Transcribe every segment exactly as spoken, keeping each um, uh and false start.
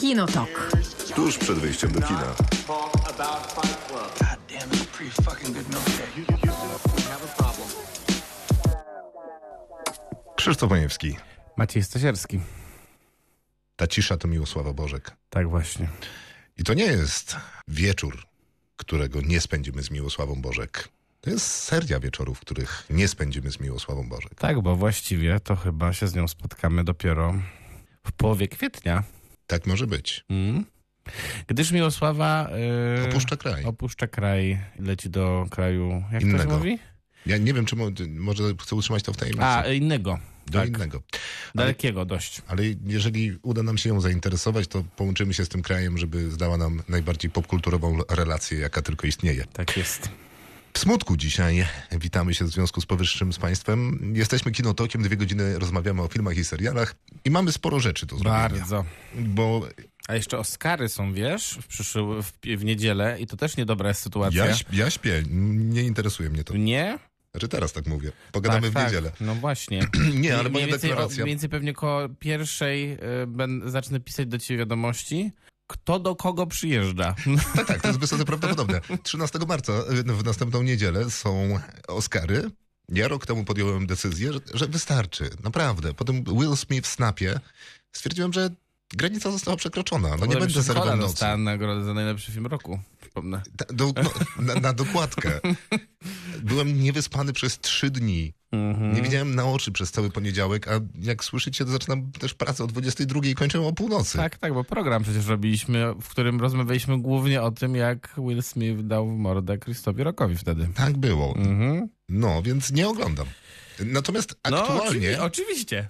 Kinotok. Tuż przed wyjściem do kina. Krzysztof Majewski. Maciej Stasierski. Ta cisza to Miłosława Bożek. Tak właśnie. I to nie jest wieczór, którego nie spędzimy z Miłosławą Bożek. To jest seria wieczorów, których nie spędzimy z Miłosławą Bożek. Tak, bo właściwie to chyba się z nią spotkamy dopiero w połowie kwietnia. Tak może być. Mm. Gdyż Miłosława yy, Opuszcza kraj. Opuszcza kraj, leci do kraju, jak Innego. to się mówi? Ja nie wiem, czy mo- może chcę utrzymać to w tajemnicy. A, innego. Do tak. innego. Dalekiego ale, dość. Ale jeżeli uda nam się ją zainteresować, to połączymy się z tym krajem, żeby zdała nam najbardziej popkulturową relację, jaka tylko istnieje. Tak jest. W smutku dzisiaj witamy się w związku z powyższym z Państwem. Jesteśmy Kinotokiem, dwie godziny rozmawiamy o filmach i serialach i mamy sporo rzeczy do zrobienia. Bardzo. Bo A jeszcze Oscary są, wiesz, w, przyszły, w, w niedzielę i to też niedobra jest sytuacja. ja, śp- ja śpię, nie interesuje mnie to. Nie? Znaczy teraz tak mówię. Pogadamy tak, w tak. niedzielę. No właśnie. Nie, ale mniej moja więcej, deklaracja... Mniej więcej pewnie koło pierwszej y, ben, zacznę pisać do ciebie wiadomości, kto do kogo przyjeżdża. Tak, tak, to jest wysoce prawdopodobne. trzynastego marca w następną niedzielę są Oscary. Ja rok temu podjąłem decyzję, że, że wystarczy. Naprawdę. Potem Will Smith w Snapie stwierdziłem, że granica została przekroczona. No nie będę zerwał nocy. Dostałem nagrodę za najlepszy film roku. Przypomnę. Ta, do, no, na, na dokładkę. Byłem niewyspany przez trzy dni. Mm-hmm. Nie widziałem na oczy przez cały poniedziałek, a jak słyszycie, to zaczynam też pracę o dwudziestej drugiej i kończę o północy. Tak, tak, bo program przecież robiliśmy, w którym rozmawialiśmy głównie o tym, jak Will Smith dał w mordę Christophe Rockowi wtedy. Tak było. Mm-hmm. No, więc nie oglądam. Natomiast aktualnie... No, oczywiście.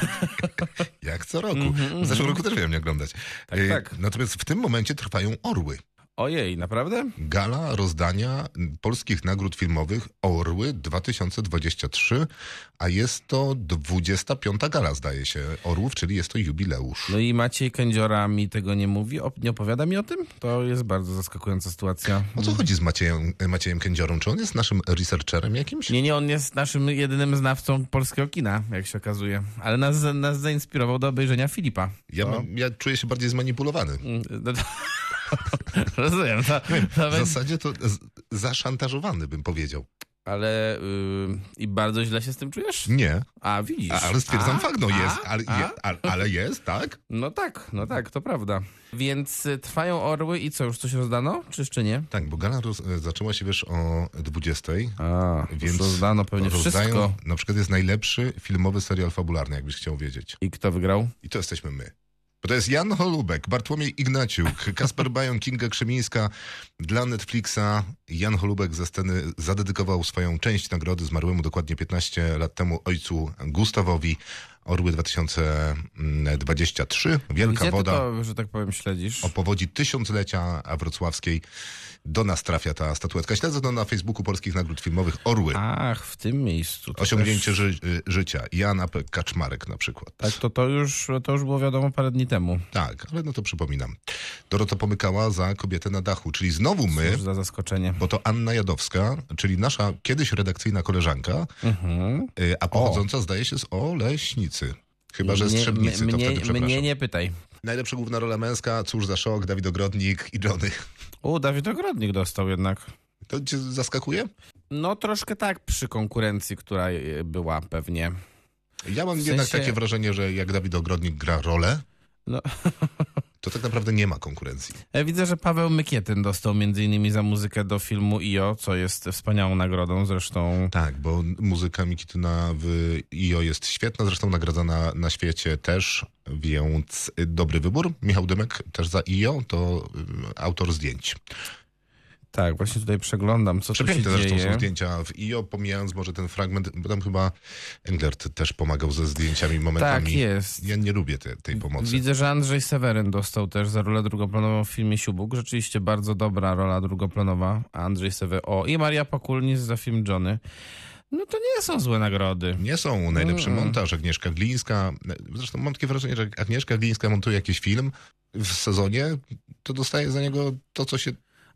Jak co roku. Mm-hmm, w zeszłym roku też miałem nie oglądać. Tak, e, tak. Natomiast w tym momencie trwają Orły. Ojej, naprawdę? Gala rozdania polskich nagród filmowych Orły dwa tysiące dwadzieścia trzy, a jest to dwudziesta piąta gala, zdaje się, Orłów, czyli jest to jubileusz. No i Maciej Kędziora mi tego nie mówi, o, nie opowiada mi o tym? To jest bardzo zaskakująca sytuacja. O co chodzi z Maciejem, Maciejem Kędziorą? Czy on jest naszym researcherem jakimś? Nie, nie, on jest naszym jedynym znawcą polskiego kina, jak się okazuje. Ale nas, nas zainspirował do obejrzenia Filipa. Ja, to... mam, ja czuję się bardziej zmanipulowany. No to... Rozumiem. To, to w będzie... zasadzie to z, zaszantażowany, bym powiedział. Ale yy, i bardzo źle się z tym czujesz? Nie. A, widzisz. A, ale stwierdzam a, fakt, no a, jest, ale, a? je, ale, ale jest, tak? No tak, no tak, to prawda. Więc y, trwają Orły i co, już coś rozdano? Czy jeszcze nie? Tak, bo gala roz, zaczęła się, wiesz, o dwudziestej. A, więc rozdano pewnie rozdają, wszystko. Na przykład jest najlepszy filmowy serial fabularny, jakbyś chciał wiedzieć. I kto wygrał? I to jesteśmy my. Bo to jest Jan Holubek, Bartłomiej Ignaciuk, Kasper Bajon, Kinga Krzemińska. Dla Netflixa Jan Holubek ze sceny zadedykował swoją część nagrody zmarłemu dokładnie piętnaście lat temu ojcu Gustawowi. Orły dwa tysiące dwadzieścia trzy. Wielka Gdzie woda. Ty to, że tak powiem, śledzisz? O powodzi tysiąclecia wrocławskiej. Do nas trafia ta statuetka. Śledzę to na Facebooku Polskich Nagród Filmowych. Orły. Ach, w tym miejscu. To Osiągnięcie też... ży- życia. Jan A P. Kaczmarek na przykład. Tak, to, to, już, to już było wiadomo parę dni temu. Tak, ale no to przypominam. Dorota Pomykała za Kobietę na dachu, czyli znowu my, Cóż za zaskoczenie. bo to Anna Jadowska, czyli nasza kiedyś redakcyjna koleżanka, Mhm. y, a pochodząca zdaje się z Oleśnicy. Chyba, że z Mnie- Trzebnicy, to mnie, wtedy przepraszam. mnie nie pytaj. Najlepsza główna rola męska, cóż za szok, Dawid Ogrodnik i Johnny. U, Dawid Ogrodnik dostał jednak. To cię zaskakuje? No troszkę tak przy konkurencji, która e, była pewnie. Ja mam W jednak sensie- takie wrażenie, że jak Dawid Ogrodnik gra rolę, No. to tak naprawdę nie ma konkurencji. Ja widzę, że Paweł Mykietyn dostał między innymi za muzykę do filmu I O, co jest wspaniałą nagrodą zresztą. Tak, bo muzyka Mikityna w I O jest świetna, zresztą nagradzana na świecie też, więc dobry wybór. Michał Dymek też za I O, to y, autor zdjęć. Tak, właśnie tutaj przeglądam, co tu się Przepiękne zresztą dzieje. są zdjęcia w I O, pomijając może ten fragment, bo tam chyba Englert też pomagał ze zdjęciami momentami. Tak jest. Ja nie lubię te, tej pomocy. Widzę, że Andrzej Seweryn dostał też za rolę drugoplanową w filmie Siubuk. Rzeczywiście bardzo dobra rola drugoplanowa. Andrzej Seweryn. O, i Maria Pakulnis za film Johnny. No to nie są złe nagrody. Nie są. Najlepszy Mm. montaż, Agnieszka Glińska. Zresztą mam takie wrażenie, że jak Agnieszka Glińska montuje jakiś film w sezonie, to dostaje za niego to, co się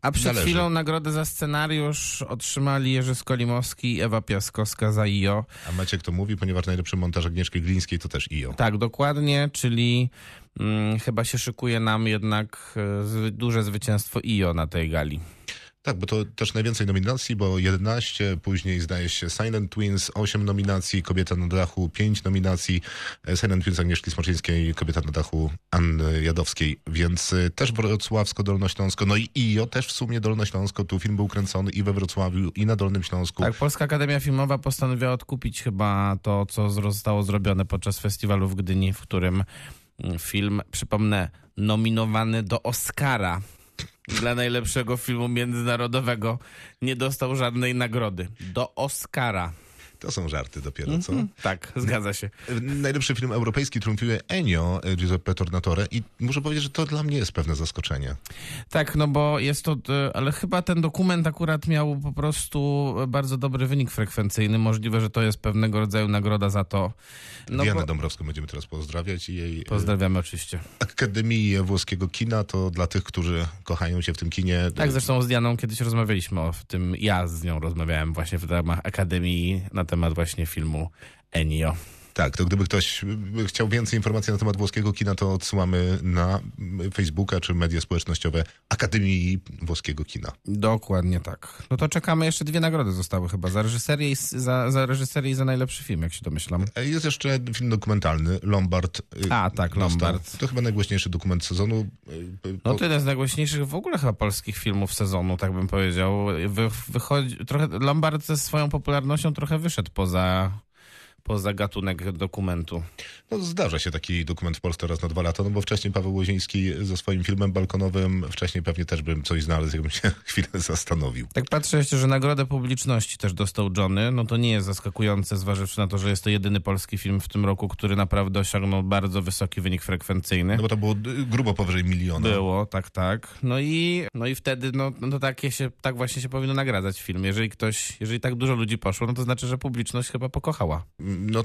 A przed należy. chwilą nagrodę za scenariusz otrzymali Jerzy Skolimowski i Ewa Piaskowska za I O. A Maciek to mówi, ponieważ najlepszy montaż Agnieszki Glińskiej to też I O. Tak, dokładnie, czyli mm, chyba się szykuje nam jednak e, z, duże zwycięstwo I O na tej gali. Tak, bo to też najwięcej nominacji, bo jedenaście, później zdaje się Silent Twins, osiem nominacji, Kobieta na dachu, pięć nominacji, Silent Twins Agnieszki Smoczyńskiej, Kobieta na dachu Anny Jadowskiej, więc też Wrocławsko-Dolnośląsko, no i I O też w sumie Dolnośląsko, tu film był kręcony i we Wrocławiu, i na Dolnym Śląsku. Tak, Polska Akademia Filmowa postanowiła odkupić chyba to, co zostało zrobione podczas festiwalu w Gdyni, w którym film, przypomnę, nominowany do Oscara dla najlepszego filmu międzynarodowego nie dostał żadnej nagrody. Do Oscara. To są żarty dopiero, co? Mm-hmm. Tak, zgadza się. Najlepszy film europejski triumfuje Ennio Giuseppe Tornatore i muszę powiedzieć, że to dla mnie jest pewne zaskoczenie. Tak, no bo jest to, ale chyba ten dokument akurat miał po prostu bardzo dobry wynik frekwencyjny. Możliwe, że to jest pewnego rodzaju nagroda za to. No Dianę bo... Dąbrowską będziemy teraz pozdrawiać i jej... Pozdrawiamy oczywiście. Akademii Włoskiego Kina to dla tych, którzy kochają się w tym kinie. Tak, zresztą z Dianą kiedyś rozmawialiśmy o tym, ja z nią rozmawiałem właśnie w ramach Akademii na temat właśnie filmu Ennio. Tak, to gdyby ktoś chciał więcej informacji na temat włoskiego kina, to odsyłamy na Facebooka czy media społecznościowe Akademii Włoskiego Kina. Dokładnie tak. No to czekamy, jeszcze dwie nagrody zostały chyba, za reżyserię i za, za, reżyserię i za najlepszy film, jak się domyślam. Jest jeszcze film dokumentalny, Lombard. A, tak, Lombard. To chyba najgłośniejszy dokument sezonu. No to jeden z najgłośniejszych w ogóle chyba polskich filmów sezonu, tak bym powiedział. Wy, wychodzi, trochę, Lombard ze swoją popularnością trochę wyszedł poza... poza gatunek dokumentu. No, zdarza się taki dokument w Polsce raz na dwa lata, no bo wcześniej Paweł Łoziński ze swoim filmem balkonowym, wcześniej pewnie też bym coś znalazł, jakbym się chwilę zastanowił. Tak patrzę jeszcze, że nagrodę publiczności też dostał Johnny, no to nie jest zaskakujące, zważywszy na to, że jest to jedyny polski film w tym roku, który naprawdę osiągnął bardzo wysoki wynik frekwencyjny. No bo to było grubo powyżej miliona. Było, tak, tak. No i, no i wtedy, no, no to takie się, tak właśnie się powinno nagradzać film. Jeżeli ktoś, jeżeli tak dużo ludzi poszło, no to znaczy, że publiczność chyba pokochała. No,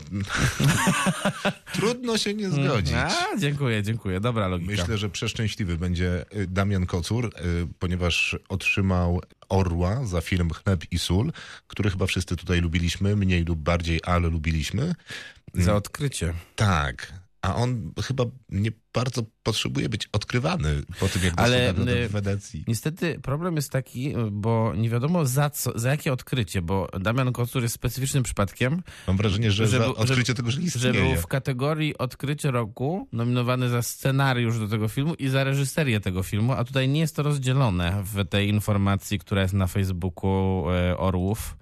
trudno się nie zgodzić. A, dziękuję, dziękuję. Dobra logika. Myślę, że przeszczęśliwy będzie Damian Kocur, ponieważ otrzymał Orła za film Chleb i sól, który chyba wszyscy tutaj lubiliśmy, mniej lub bardziej, ale lubiliśmy. Za odkrycie. Tak. A on chyba nie bardzo potrzebuje być odkrywany po tym, jak ale dostał nagrodę w Wenecji. Niestety problem jest taki, bo nie wiadomo za co, za jakie odkrycie, bo Damian Kocur jest specyficznym przypadkiem. Mam wrażenie, że, że za odkrycie że, tego, że Że był w kategorii odkrycie roku nominowany za scenariusz do tego filmu i za reżyserię tego filmu, a tutaj nie jest to rozdzielone w tej informacji, która jest na Facebooku e, Orłów.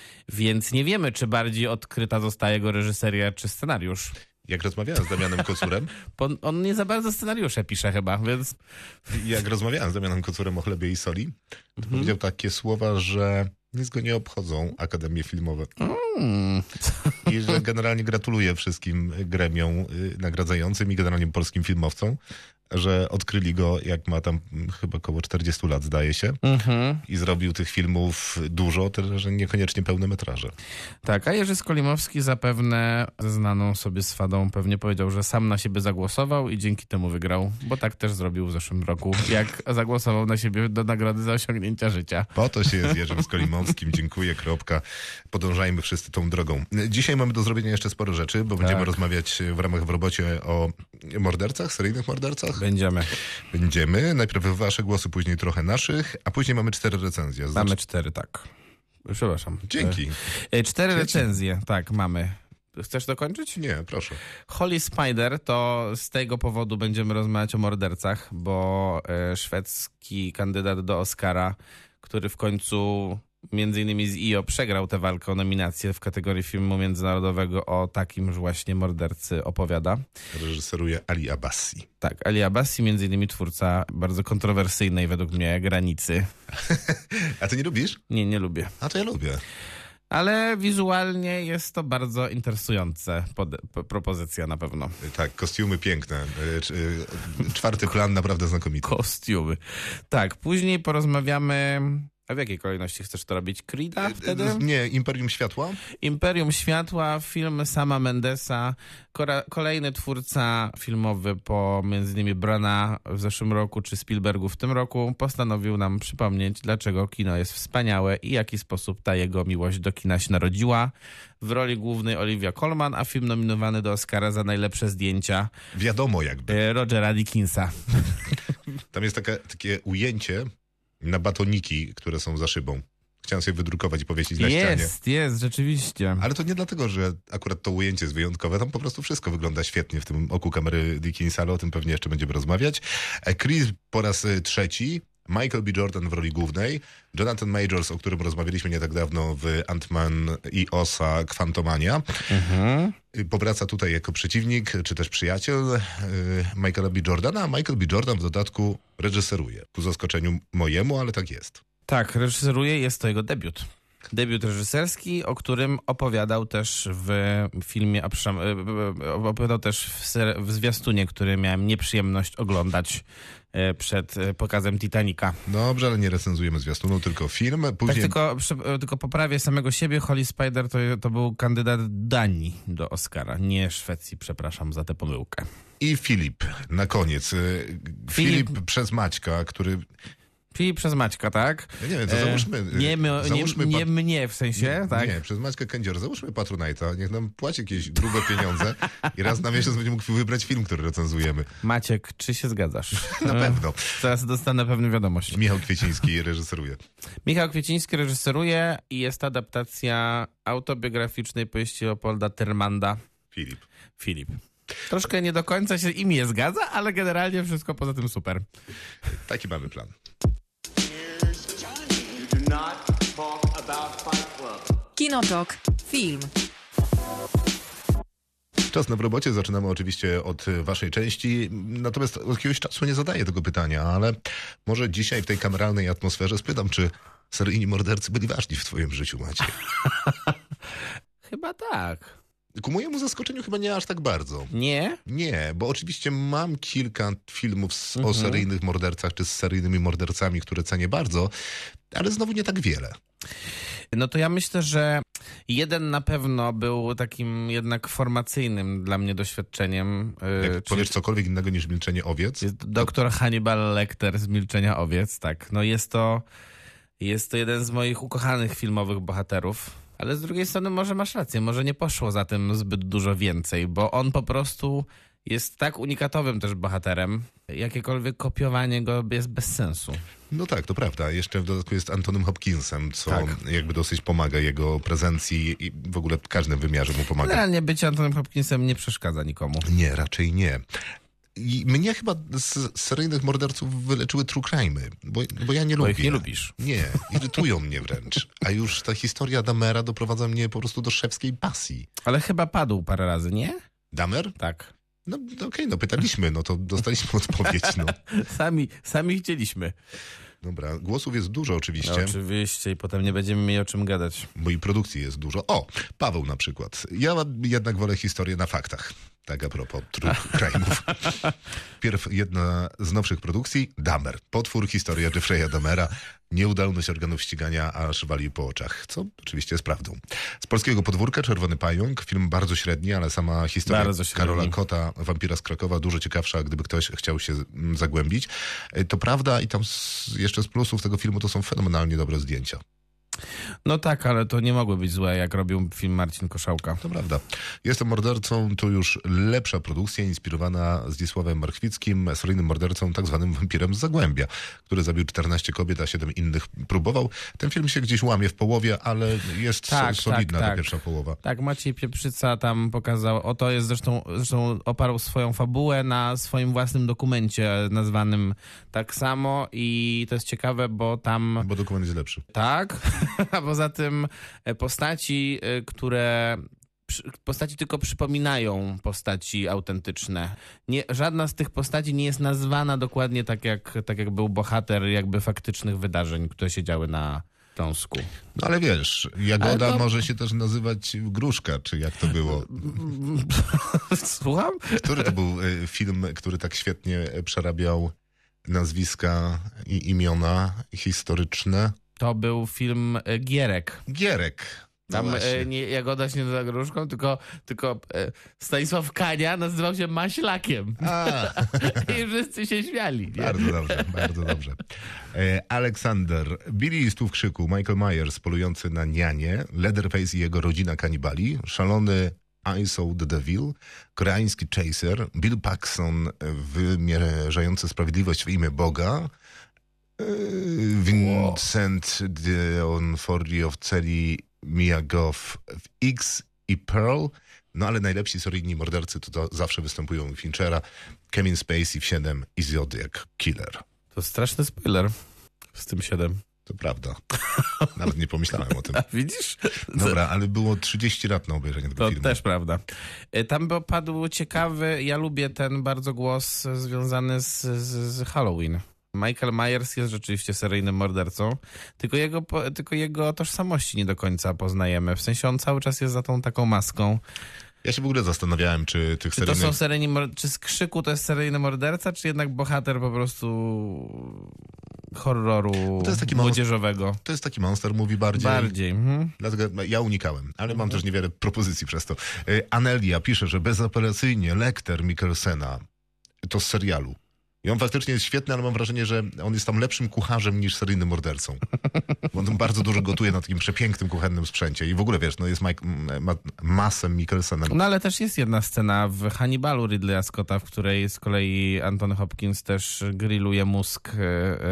Więc nie wiemy, czy bardziej odkryta zostaje jego reżyseria, czy scenariusz. Jak rozmawiałem z Damianem Kocurem... On, on nie za bardzo scenariusze pisze chyba, więc... Jak rozmawiałem z Damianem Kocurem o chlebie i soli, to mhm. powiedział takie słowa, że nic go nie obchodzą akademie filmowe. Mm. I że generalnie gratuluje wszystkim gremiom nagradzającym i generalnie polskim filmowcom, że odkryli go, jak ma tam chyba około czterdziestu lat, zdaje się. Mhm. I zrobił tych filmów dużo, tyle że niekoniecznie pełne metraże. Tak, a Jerzy Skolimowski zapewne ze znaną sobie swadą pewnie powiedział, że sam na siebie zagłosował i dzięki temu wygrał, bo tak też zrobił w zeszłym roku, jak zagłosował na siebie do nagrody za osiągnięcia życia. Po to się jest Jerzym Skolimowskim. Dziękuję, kropka. Podążajmy wszyscy tą drogą. Dzisiaj mamy do zrobienia jeszcze sporo rzeczy, bo będziemy tak. rozmawiać w ramach w robocie o mordercach, seryjnych mordercach. Będziemy. Będziemy. Najpierw wasze głosy, później trochę naszych, a później mamy cztery recenzje. Znaczy... Mamy cztery, tak. Przepraszam. Dzięki. Cztery Dzieci. recenzje, tak, mamy. Chcesz dokończyć? Nie, proszę. Holy Spider, to z tego powodu będziemy rozmawiać o mordercach, bo e, szwedzki kandydat do Oscara, który w końcu między innymi z I O przegrał tę walkę o nominację w kategorii filmu międzynarodowego, o takim właśnie mordercy opowiada. Reżyseruje Ali Abbasi. Tak, Ali Abbasi, między innymi twórca bardzo kontrowersyjnej według mnie Granicy. A ty nie lubisz? Nie, nie lubię. A to ja lubię. Ale wizualnie jest to bardzo interesująca propozycja na pewno. Tak, kostiumy piękne. Czwarty plan naprawdę znakomity. Kostiumy. Tak, później porozmawiamy A w jakiej kolejności chcesz to robić? Creeda wtedy? Nie, Imperium Światła. Imperium Światła, film Sama Mendesa, Kora- kolejny twórca filmowy po między innymi Brana w zeszłym roku czy Spielbergu w tym roku postanowił nam przypomnieć, dlaczego kino jest wspaniałe i w jaki sposób ta jego miłość do kina się narodziła. W roli głównej Olivia Colman, a film nominowany do Oscara za najlepsze zdjęcia Wiadomo jakby. Rogera Dickinsa. Tam jest taka, takie ujęcie na batoniki, które są za szybą. Chciałem sobie wydrukować i powiesić na ścianie. Jest, jest, rzeczywiście. Ale to nie dlatego, że akurat to ujęcie jest wyjątkowe. Tam po prostu wszystko wygląda świetnie w tym oku kamery Dickinsa, ale o tym pewnie jeszcze będziemy rozmawiać. Chris po raz trzeci, Michael B. Jordan w roli głównej, Jonathan Majors, o którym rozmawialiśmy nie tak dawno w Ant-Man i Osa Quantumania. Mhm. Powraca tutaj jako przeciwnik, czy też przyjaciel Michaela B. Jordana, a Michael B. Jordan w dodatku reżyseruje. Ku zaskoczeniu mojemu, ale tak jest. Tak, reżyseruje, jest to jego debiut. Debiut reżyserski, o którym opowiadał też w filmie, a opowiadał też w, ser, w zwiastunie, który miałem nieprzyjemność oglądać przed pokazem Titanica. Dobrze, ale nie recenzujemy zwiastunu, tylko film. Później... Tak, tylko, tylko poprawię samego siebie. Holly Spider to, to był kandydat Danii do Oscara, nie Szwecji, przepraszam za tę pomyłkę. I Filip na koniec. Filip, Filip przez Maćka, który... Filip przez Maćka, tak? Ja nie wiem, to załóżmy... E, nie, my, załóżmy nie, pat... nie mnie w sensie, nie, tak? Nie, przez Maćka Kędziora. Załóżmy Patronite'a, niech nam płaci jakieś grube pieniądze i raz na miesiąc będzie mógł wybrać film, który recenzujemy. Maciek, czy się zgadzasz? Na pewno. Zaraz dostanę pewną wiadomość. Michał Kwieciński reżyseruje. Michał Kwieciński reżyseruje i jest adaptacja autobiograficznej powieści Leopolda Termanda. Filip. Filip. Troszkę nie do końca się imię zgadza, ale generalnie wszystko poza tym super. Taki mamy plan. Kinotok. Film. Czas na w robocie. Zaczynamy oczywiście od waszej części. Natomiast od jakiegoś czasu nie zadaję tego pytania, ale może dzisiaj w tej kameralnej atmosferze spytam, czy seryjni mordercy byli ważni w twoim życiu, Maciej? Chyba tak. Ku mojemu zaskoczeniu chyba nie aż tak bardzo. Nie? Nie, bo oczywiście mam kilka filmów z, mhm. o seryjnych mordercach, czy z seryjnymi mordercami, które cenię bardzo, ale znowu nie tak wiele. No to ja myślę, że jeden na pewno był takim jednak formacyjnym dla mnie doświadczeniem. Jak yy, powiesz cokolwiek innego niż Milczenie owiec? Jest doktor to... Hannibal Lecter z Milczenia owiec, tak. No jest to, jest to jeden z moich ukochanych filmowych bohaterów. Ale z drugiej strony może masz rację, może nie poszło za tym zbyt dużo więcej, bo on po prostu jest tak unikatowym też bohaterem, jakiekolwiek kopiowanie go jest bez sensu. No tak, to prawda. Jeszcze w dodatku jest Antonym Hopkinsem, co tak. jakby dosyć pomaga jego prezencji i w ogóle w każdym wymiarze mu pomaga. Realnie bycie Antonym Hopkinsem nie przeszkadza nikomu. Nie, raczej nie. I mnie chyba z seryjnych morderców wyleczyły true crime'y, bo, bo ja nie bo lubię. ich nie lubisz. Nie, irytują mnie wręcz. A już ta historia Damera doprowadza mnie po prostu do szewskiej pasji. Ale chyba padł parę razy, nie? Damer? Tak. No okej, okay, no pytaliśmy, no to dostaliśmy odpowiedź. No. sami, sami chcieliśmy. Dobra, głosów jest dużo oczywiście. No, oczywiście i potem nie będziemy mieli o czym gadać. Bo i produkcji jest dużo. O, Paweł na przykład. Ja jednak wolę historię na faktach. Tak a propos true crime'ów. Pierw jedna z nowszych produkcji, Dahmer. Potwór, historia Jeffrey'a Dahmera. Nieudolność organów ścigania aż wali po oczach, co oczywiście jest prawdą. Z polskiego podwórka Czerwony Pająk, film bardzo średni, ale sama historia Karola Kota, wampira z Krakowa, dużo ciekawsza, gdyby ktoś chciał się zagłębić. To prawda i tam jeszcze z plusów tego filmu to są fenomenalnie dobre zdjęcia. No tak, ale to nie mogły być złe, jak robił film Marcin Koszałka. To prawda. Jestem mordercą, to już lepsza produkcja, inspirowana Zdzisławem Marchwickim, seryjnym mordercą, tak zwanym wampirem z Zagłębia, który zabił czternaście kobiet, a siedem innych próbował. Ten film się gdzieś łamie w połowie, ale jest tak, solidna tak, ta tak. pierwsza połowa. Tak, Maciej Pieprzyca tam pokazał, oto jest zresztą, zresztą oparł swoją fabułę na swoim własnym dokumencie nazwanym tak samo i to jest ciekawe, bo tam... Bo dokument jest lepszy. Tak, a poza tym postaci, które... Postaci tylko przypominają postaci autentyczne. Nie, żadna z tych postaci nie jest nazwana dokładnie tak jak, tak jak był bohater jakby faktycznych wydarzeń, które się działy na Śląsku. No ale wiesz, Jagoda to... może się też nazywać Gruszka, czy jak to było? Słucham? Który to był film, który tak świetnie przerabiał nazwiska i imiona historyczne? To był film e, Gierek. Gierek. No Tam właśnie. e, nie Jagoda Śnieżna Gruszką, tylko, tylko e, Stanisław Kania nazywał się Maślakiem. A, I wszyscy się śmiali. Nie? bardzo dobrze, bardzo dobrze. E, Aleksander, Billy z tu w krzyku, Michael Myers polujący na nianie, Leatherface i jego rodzina kanibali, szalony I Saw the Devil, koreański Chaser, Bill Paxton wymierzający sprawiedliwość w imię Boga, e, Vincent D'Onofrio w celi Mia Goth w X i Pearl, no ale najlepsi seryjni mordercy to, to zawsze występują u Finchera, Kevin Spacey w siedem i Zodiac Killer. To straszny spoiler z tym siedem. To prawda. Nawet nie pomyślałem o tym. A widzisz? Dobra, ale było trzydzieści lat na obejrzenie tego To filmu. też prawda. E, Tam by padł ciekawy, ja lubię ten bardzo głos związany z, z, z Halloween. Michael Myers jest rzeczywiście seryjnym mordercą, tylko jego, po- tylko jego tożsamości nie do końca poznajemy. W sensie on cały czas jest za tą taką maską. Ja się w ogóle zastanawiałem, czy tych Czy to seryjnych... są seryjni, mor- czy z Krzyku to jest seryjny morderca, czy jednak bohater po prostu horroru To jest taki młodzieżowego? To jest taki monster, mówi bardziej. Bardziej. Mhm. Dlatego ja unikałem, ale mam też niewiele propozycji przez to. Y, Anelia pisze, że bezapelacyjnie Lecter Mikkelsena to z serialu. I on faktycznie jest świetny, ale mam wrażenie, że on jest tam lepszym kucharzem niż seryjnym mordercą. Bo on tam bardzo dużo gotuje na takim przepięknym kuchennym sprzęcie. I w ogóle, wiesz, no jest Mike, ma, masem Mikkelsenem. No ale też jest jedna scena w Hannibalu Ridleya Scotta, w której z kolei Anthony Hopkins też grilluje mózg e,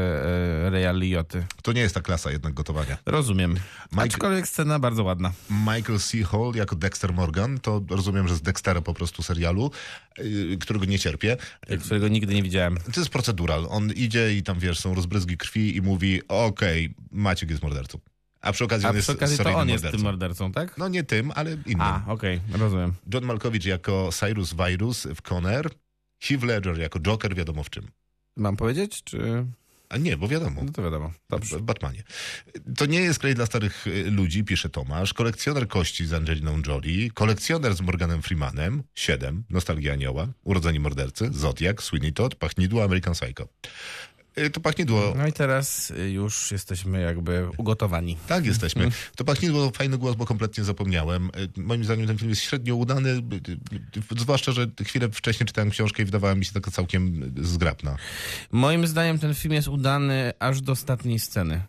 e, Reya Lioty. To nie jest ta klasa jednak gotowania. Rozumiem. Mike- Aczkolwiek scena bardzo ładna. Michael C. Hall jako Dexter Morgan, to rozumiem, że z Dextera po prostu serialu, yy, którego nie cierpię. Którego nigdy nie widziałem. To jest procedural. On idzie i tam, wiesz, są rozbryzgi krwi i mówi, okej, Maciek jest mordercą. A przy okazji A on jest przy okazji to seryjnym on jest mordercą. tym mordercą, tak? No nie tym, ale innym. A, okej, rozumiem. John Malkovich jako Cyrus Virus w Conner, Heath Ledger jako Joker, wiadomo w czym. Mam powiedzieć, czy... A nie, bo wiadomo. No to wiadomo. Dobrze. W Batmanie. To nie jest klej dla starych y, ludzi, pisze Tomasz. Kolekcjoner kości z Angeliną Jolie. Kolekcjoner z Morganem Freemanem. siedem. Nostalgia Anioła. Urodzeni mordercy. Zodiak. Sweeney Todd. Pachnidło. American Psycho. Y, To pachnidło... No i teraz y, już jesteśmy jakby ugotowani. Tak, jesteśmy. To pachnidło fajny głos, bo kompletnie zapomniałem. Y, Moim zdaniem ten film jest średnio udany, y, y, zwłaszcza, że chwilę wcześniej czytałem książkę i wydawała mi się taka całkiem zgrabna. Moim zdaniem ten film jest udany aż do ostatniej sceny,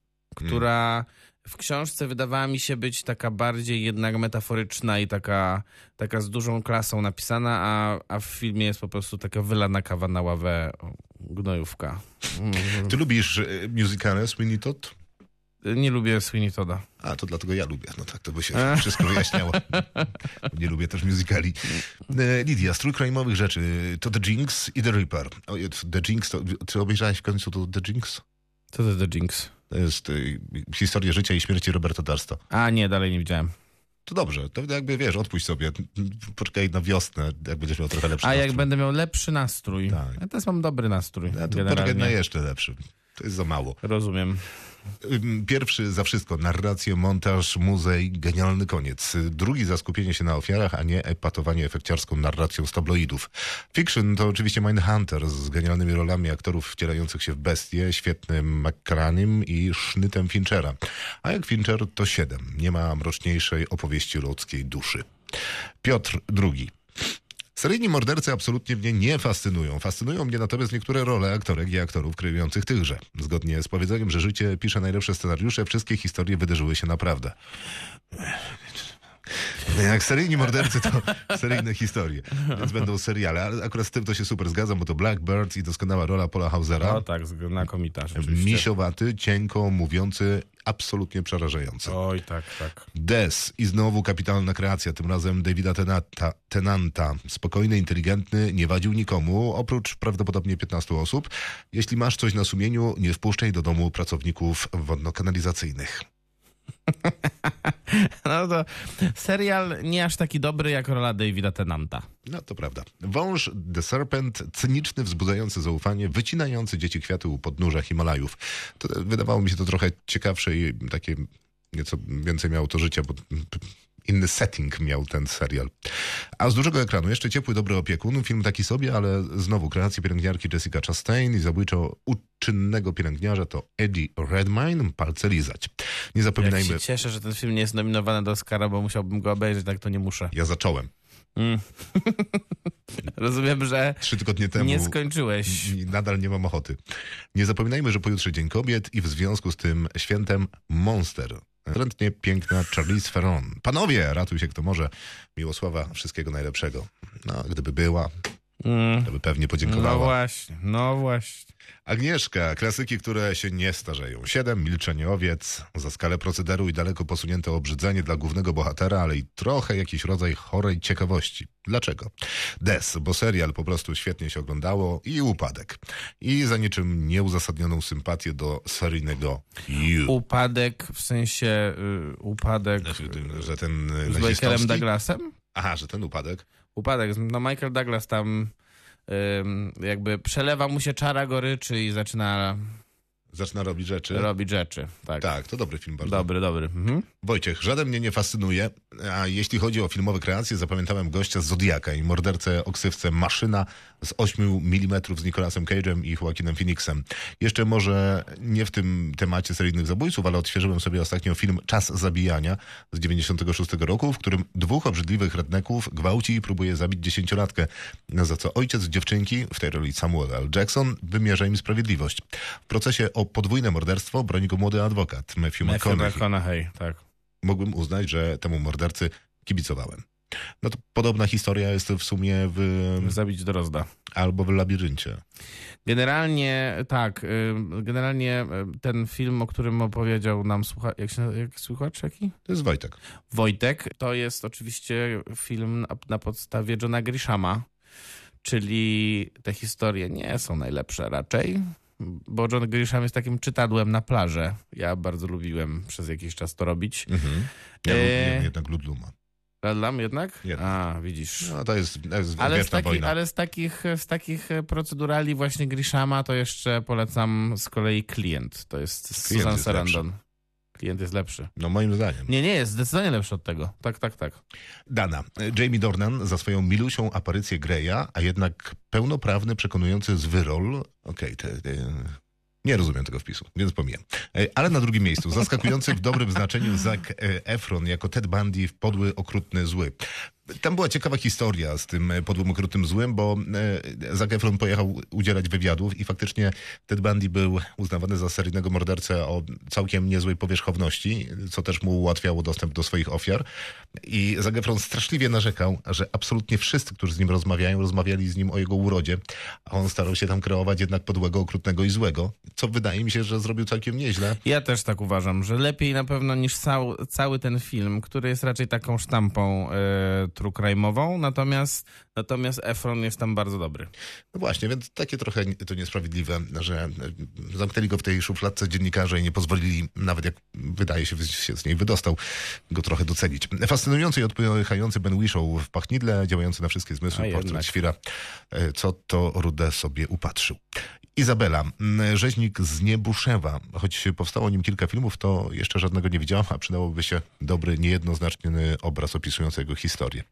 która w książce wydawała mi się być taka bardziej jednak metaforyczna i taka, taka z dużą klasą napisana, a, a w filmie jest po prostu taka wylana kawa na ławę gnojówka. Ty lubisz y, musicale Sweeney Todd? Nie lubię Sweeney Todda. A, to dlatego ja lubię. No tak, to by się wszystko wyjaśniało. Nie lubię też musicali. E, Lidia, z trójkrajmowych rzeczy. To The Jinx i The Reaper. O, The Jinx, to, czy obejrzałeś w końcu to The Jinx? Co to The Jinx? To jest y, historia życia i śmierci Roberta Darsta. A nie, dalej nie widziałem. To dobrze, to jakby wiesz, odpuść sobie. Poczekaj na wiosnę, jak będziesz miał trochę lepszy A nastrój. jak będę miał lepszy nastrój. Tak. Ja teraz mam dobry nastrój. A to generalnie. poczekaj na jeszcze lepszy. To jest za mało. Rozumiem. Ym, Pierwszy za wszystko, narrację, montaż, muzej, genialny koniec. Drugi za skupienie się na ofiarach, a nie epatowanie efekciarską narracją z tabloidów. Fiction to oczywiście Mindhunter z genialnymi rolami aktorów wcielających się w bestie, świetnym McCranem i sznytem Finchera. A jak Fincher to siedem. Nie ma mroczniejszej opowieści ludzkiej duszy. Piotr drugi. Seryjni mordercy absolutnie mnie nie fascynują. Fascynują mnie natomiast niektóre role aktorek i aktorów kreujących tychże. Zgodnie z powiedzeniem, że życie pisze najlepsze scenariusze, wszystkie historie wydarzyły się naprawdę. Jak seryjni mordercy to seryjne historie, więc będą seriale. Ale akurat z tym to się super zgadzam, bo to Blackbird i doskonała rola Paula Hausera. O tak, znakomita rzeczywiście. Misiowaty, cienko mówiący, absolutnie przerażający. Oj, tak, tak. Des i znowu kapitalna kreacja, tym razem Davida Tenanta, Tenanta. Spokojny, inteligentny, nie wadził nikomu, oprócz prawdopodobnie piętnastu osób. Jeśli masz coś na sumieniu, nie wpuszczaj do domu pracowników wodno-kanalizacyjnych. No to serial nie aż taki dobry jak rola Davida Tenanta. No to prawda. Wąż The Serpent, cyniczny, wzbudzający zaufanie, wycinający dzieci kwiaty u podnóża Himalajów. To wydawało mi się to trochę ciekawsze i takie nieco więcej miało to życia, bo inny setting miał ten serial. A z dużego ekranu jeszcze Ciepły, dobry opiekun. Film taki sobie, ale znowu kreacje pielęgniarki Jessica Chastain i zabójczo uczynnego pielęgniarza to Eddie Redmayne. Palce lizać. Nie zapominajmy... Ja się cieszę, że ten film nie jest nominowany do Oscara, bo musiałbym go obejrzeć, tak to nie muszę. Ja zacząłem. Mm. Rozumiem, że Trzy tygodnie temu nie skończyłeś. I nadal nie mam ochoty. Nie zapominajmy, że pojutrze Dzień Kobiet i w związku z tym świętem Monster. Wrętnie piękna Charlize Theron. Panowie, ratuj się kto może. Miłosława, wszystkiego najlepszego. No, gdyby była, Mm. to by pewnie podziękowała. No właśnie, no właśnie. Agnieszka, klasyki, które się nie starzeją. Siedem, Milczenie owiec, za skalę procederu i daleko posunięte obrzydzenie dla głównego bohatera, ale i trochę jakiś rodzaj chorej ciekawości. Dlaczego? Des, bo serial po prostu świetnie się oglądało i Upadek. I za niczym nieuzasadnioną sympatię do seryjnego You. Upadek, w sensie y, upadek Znaczy, że ten z nazistowski... Michaelem Douglasem? Aha, że ten upadek. Upadek, no Michael Douglas tam ym, jakby przelewa mu się czara goryczy i zaczyna Zaczyna robić rzeczy. robić rzeczy. Tak, Tak, to dobry film bardzo. dobry, dobry. Mhm. Wojciech, żaden mnie nie fascynuje, a jeśli chodzi o filmowe kreacje, zapamiętałem gościa z Zodiaka i mordercę o ksywce Maszyna z ośmiu milimetrów z Nicolasem Cage'em i Joaquinem Phoenixem. Jeszcze może nie w tym temacie seryjnych zabójców, ale odświeżyłem sobie ostatnio film Czas zabijania z dziewięćdziesiątego szóstego roku, w którym dwóch obrzydliwych redneków gwałci i próbuje zabić dziesięciolatkę, za co ojciec dziewczynki, w tej roli Samuel L. Jackson, wymierza im sprawiedliwość. W procesie o podwójne morderstwo broni go młody adwokat Matthew Matthew McConaughey. McConaughey, tak. Mógłbym uznać, że temu mordercy kibicowałem. No to podobna historia jest w sumie w... Zabić Drozda. albo w Labiryncie. Generalnie tak, y, generalnie y, ten film, o którym opowiedział nam słucha, jak się jak słuchacz jaki? To jest Wojtek. Wojtek, to jest oczywiście film na, na podstawie Johna Grishama, czyli te historie nie są najlepsze raczej, bo John Grisham jest takim czytadłem na plażę. Ja bardzo lubiłem przez jakiś czas to robić. Mhm. Ja E- lubiłem jednak Ludluma. Radlam jednak? Jednak. A, widzisz. No to jest, to jest Ale z, wieczna taki, wojna. ale z takich, z takich procedurali właśnie Grishama to jeszcze polecam z kolei Klient. To jest z Klient Susan jest Sarandon. lepszy. Klient jest lepszy. No moim zdaniem. Nie, nie jest zdecydowanie lepszy od tego. Tak, tak, tak. Dana. Jamie Dornan za swoją milusią aparycję Greya, a jednak pełnoprawny, przekonujący zwyrol. Okej, okay, te, te... nie rozumiem tego wpisu, więc pomijam. E, Ale na drugim miejscu, zaskakujący w dobrym znaczeniu Zac Efron jako Ted Bundy w Podły, okrutny, zły. Tam była ciekawa historia z tym podłym, okrutnym, złym, bo e, Zac Efron pojechał udzielać wywiadów i faktycznie Ted Bundy był uznawany za seryjnego mordercę o całkiem niezłej powierzchowności, co też mu ułatwiało dostęp do swoich ofiar. I Zac Efron straszliwie narzekał, że absolutnie wszyscy, którzy z nim rozmawiają, rozmawiali z nim o jego urodzie, a on starał się tam kreować jednak podłego, okrutnego i złego, co wydaje mi się, że zrobił całkiem nieźle. Ja też tak uważam, że lepiej na pewno niż cał, cały ten film, który jest raczej taką sztampą e, true crime'ową, natomiast, natomiast Efron jest tam bardzo dobry. No właśnie, więc takie trochę to niesprawiedliwe, że zamknęli go w tej szufladce dziennikarze i nie pozwolili, nawet jak wydaje się, się z niej wydostał, go trochę docenić. Fascynujący i odpychający Ben Whishaw w Pachnidle, działający na wszystkie zmysły, A portret jednak. świra, co to Rudę sobie upatrzył. Izabela, rzeźnik z Niebuszewa. Choć powstało o nim kilka filmów, to jeszcze żadnego nie widziałam, a przydałoby się dobry, niejednoznaczny obraz opisujący jego historię.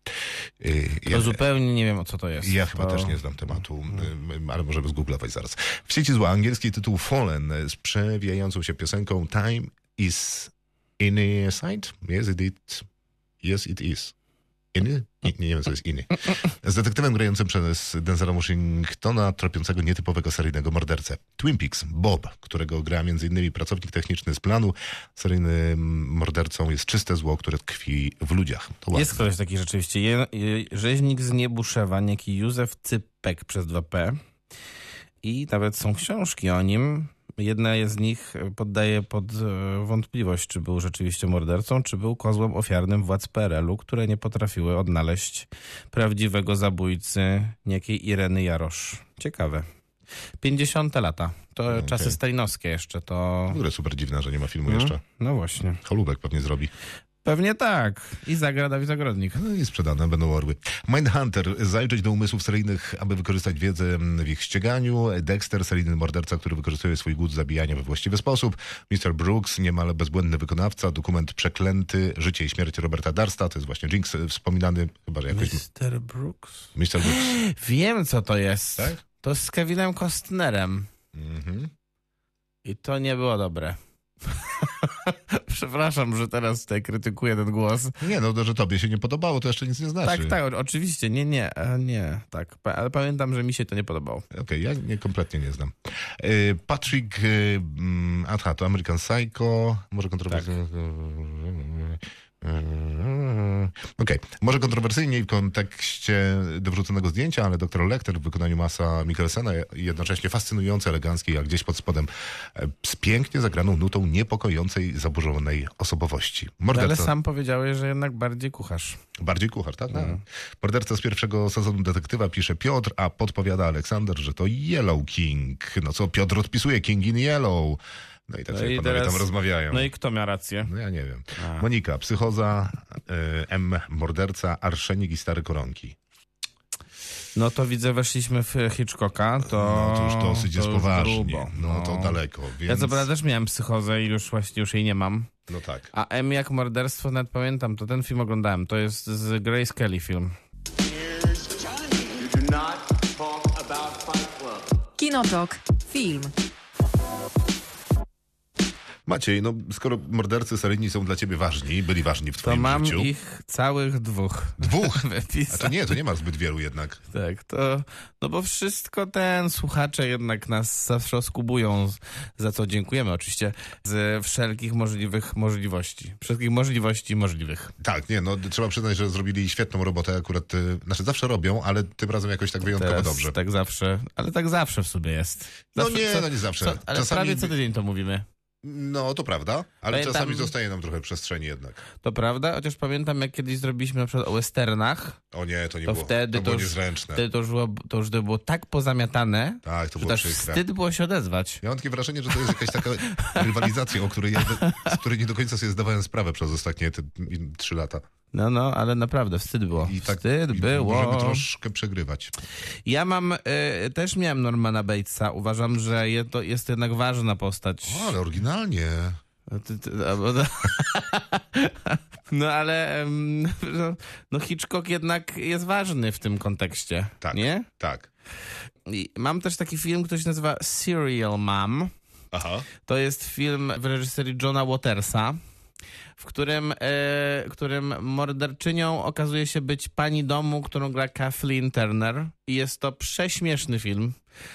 To Ja, zupełnie nie wiem, o co to jest. ja chyba to... też nie znam tematu, ale możemy zgooglować zaraz. W sieci zła angielski tytuł Fallen z przewijającą się piosenką Time is in a sight? Yes, it is. Yes, it is. Inny? Nie, nie wiem, co jest inny. Z detektywem grającym przez Denzela Washingtona, tropiącego nietypowego seryjnego mordercę. Twin Peaks, Bob, którego gra między innymi pracownik techniczny z planu. Seryjnym mordercą jest czyste zło, które tkwi w ludziach. To Jest ładne. ktoś taki rzeczywiście. Je, je, rzeźnik z Niebuszewa, niejaki Józef Cypek przez dwa P. I nawet są książki o nim. Jedna z nich poddaje pod wątpliwość, czy był rzeczywiście mordercą, czy był kozłem ofiarnym władz P R L u, które nie potrafiły odnaleźć prawdziwego zabójcy niejakiej Ireny Jarosz. Ciekawe. pięćdziesiąte lata. To Okay. czasy stalinowskie jeszcze. To... W ogóle super dziwne, że nie ma filmu jeszcze. No właśnie. Holubek pewnie zrobi. Pewnie tak. I zagra Dawid Zagrodnik. No i sprzedane będą orły. Mindhunter, zajrzeć do umysłów seryjnych, aby wykorzystać wiedzę w ich ściganiu. Dexter, seryjny morderca, który wykorzystuje swój głód zabijania we właściwy sposób. mister Brooks, niemal bezbłędny wykonawca. Dokument przeklęty, życie i śmierć Roberta Darsta. To jest właśnie Jinx wspominany. Chyba, że jakoś... mister Brooks? mister Brooks. Wiem, co to jest. Tak? To z Kevinem Costnerem. Mhm. I to nie było dobre. Przepraszam, że teraz tutaj krytykuję ten głos. Nie, no to, że tobie się nie podobało, to jeszcze nic nie znaczy. Tak, tak, oczywiście, nie, nie, e, nie, tak, Pa- ale pamiętam, że mi się to nie podobało. Okej, okay, ja nie, kompletnie nie znam. Y, Patrick, y, mm, aha, to American Psycho, może kontrowersyjnie... Okej, okay. Może kontrowersyjniej w kontekście dowrzuconego zdjęcia, ale doktor Lecter w wykonaniu Masa Mikkelsena jednocześnie fascynujący, elegancki, jak gdzieś pod spodem z pięknie zagraną nutą niepokojącej, zaburzonej osobowości. Morderca... Ale sam powiedziałeś, że jednak bardziej kucharz. Bardziej kucharz, tak? Mm. Morderca z pierwszego sezonu Detektywa pisze Piotr, a podpowiada Aleksander, że to Yellow King. No co Piotr odpisuje? King in Yellow. No i tak No sobie i panowie teraz- tam rozmawiają. No i kto miał rację? No ja nie wiem. A. Monika, psychoza, y, M, morderca, arszenik i stare koronki. No to widzę, weszliśmy w Hitchcocka, to... No to już dosyć jest już poważnie. grubo. No to daleko, więc... Ja co prawda też miałem psychozę i już właśnie już jej nie mam. No tak. A M jak morderstwo, nawet pamiętam, to ten film oglądałem. To jest z Grace Kelly film. You do not talk about Fight Club. Kinotok. Film. Maciej, no skoro mordercy seryjni są dla ciebie ważni, byli ważni w To twoim mam życiu... ich całych dwóch. Dwóch? A Wypisać. to nie, to nie ma zbyt wielu jednak. Tak, to, no bo wszystko ten, słuchacze jednak nas zawsze oskubują, za co dziękujemy oczywiście, z wszelkich możliwych możliwości. Wszelkich możliwości możliwych. Tak, nie, no trzeba przyznać, że zrobili świetną robotę, akurat, y, znaczy zawsze robią, ale tym razem jakoś tak wyjątkowo Teraz dobrze. tak zawsze, ale tak zawsze w sobie jest. No Zawsze, nie, co, no nie zawsze. Co, ale Czasami- prawie co tydzień to mówimy. No to prawda, ale Pamiętam- czasami zostaje nam trochę przestrzeni jednak. To prawda, chociaż pamiętam jak kiedyś zrobiliśmy na przykład o westernach, O nie, to nie to było, wtedy to to było już, niezręczne. wtedy to już było, to już było tak pozamiatane, Tak, to że było aż przykre. wstyd było się odezwać. Ja mam takie wrażenie, że to jest jakaś taka rywalizacja, o której ja, z której nie do końca sobie zdawałem sprawę przez ostatnie te trzy lata. No, no, ale naprawdę wstyd było. I tak wstyd i było. możemy troszkę przegrywać. Ja mam, y, też miałem Normana Batesa. Uważam, że je, to jest jednak ważna postać. O, ale oryginalnie. Ty, ty, a, bo, no ale em, no, no Hitchcock jednak jest ważny w tym kontekście, Tak. nie? Tak. I mam też taki film, który się nazywa Serial Mom. Aha. To jest film w reżyserii Johna Watersa, w którym, e, którym morderczynią okazuje się być pani domu, którą gra Kathleen Turner. I jest to prześmieszny film.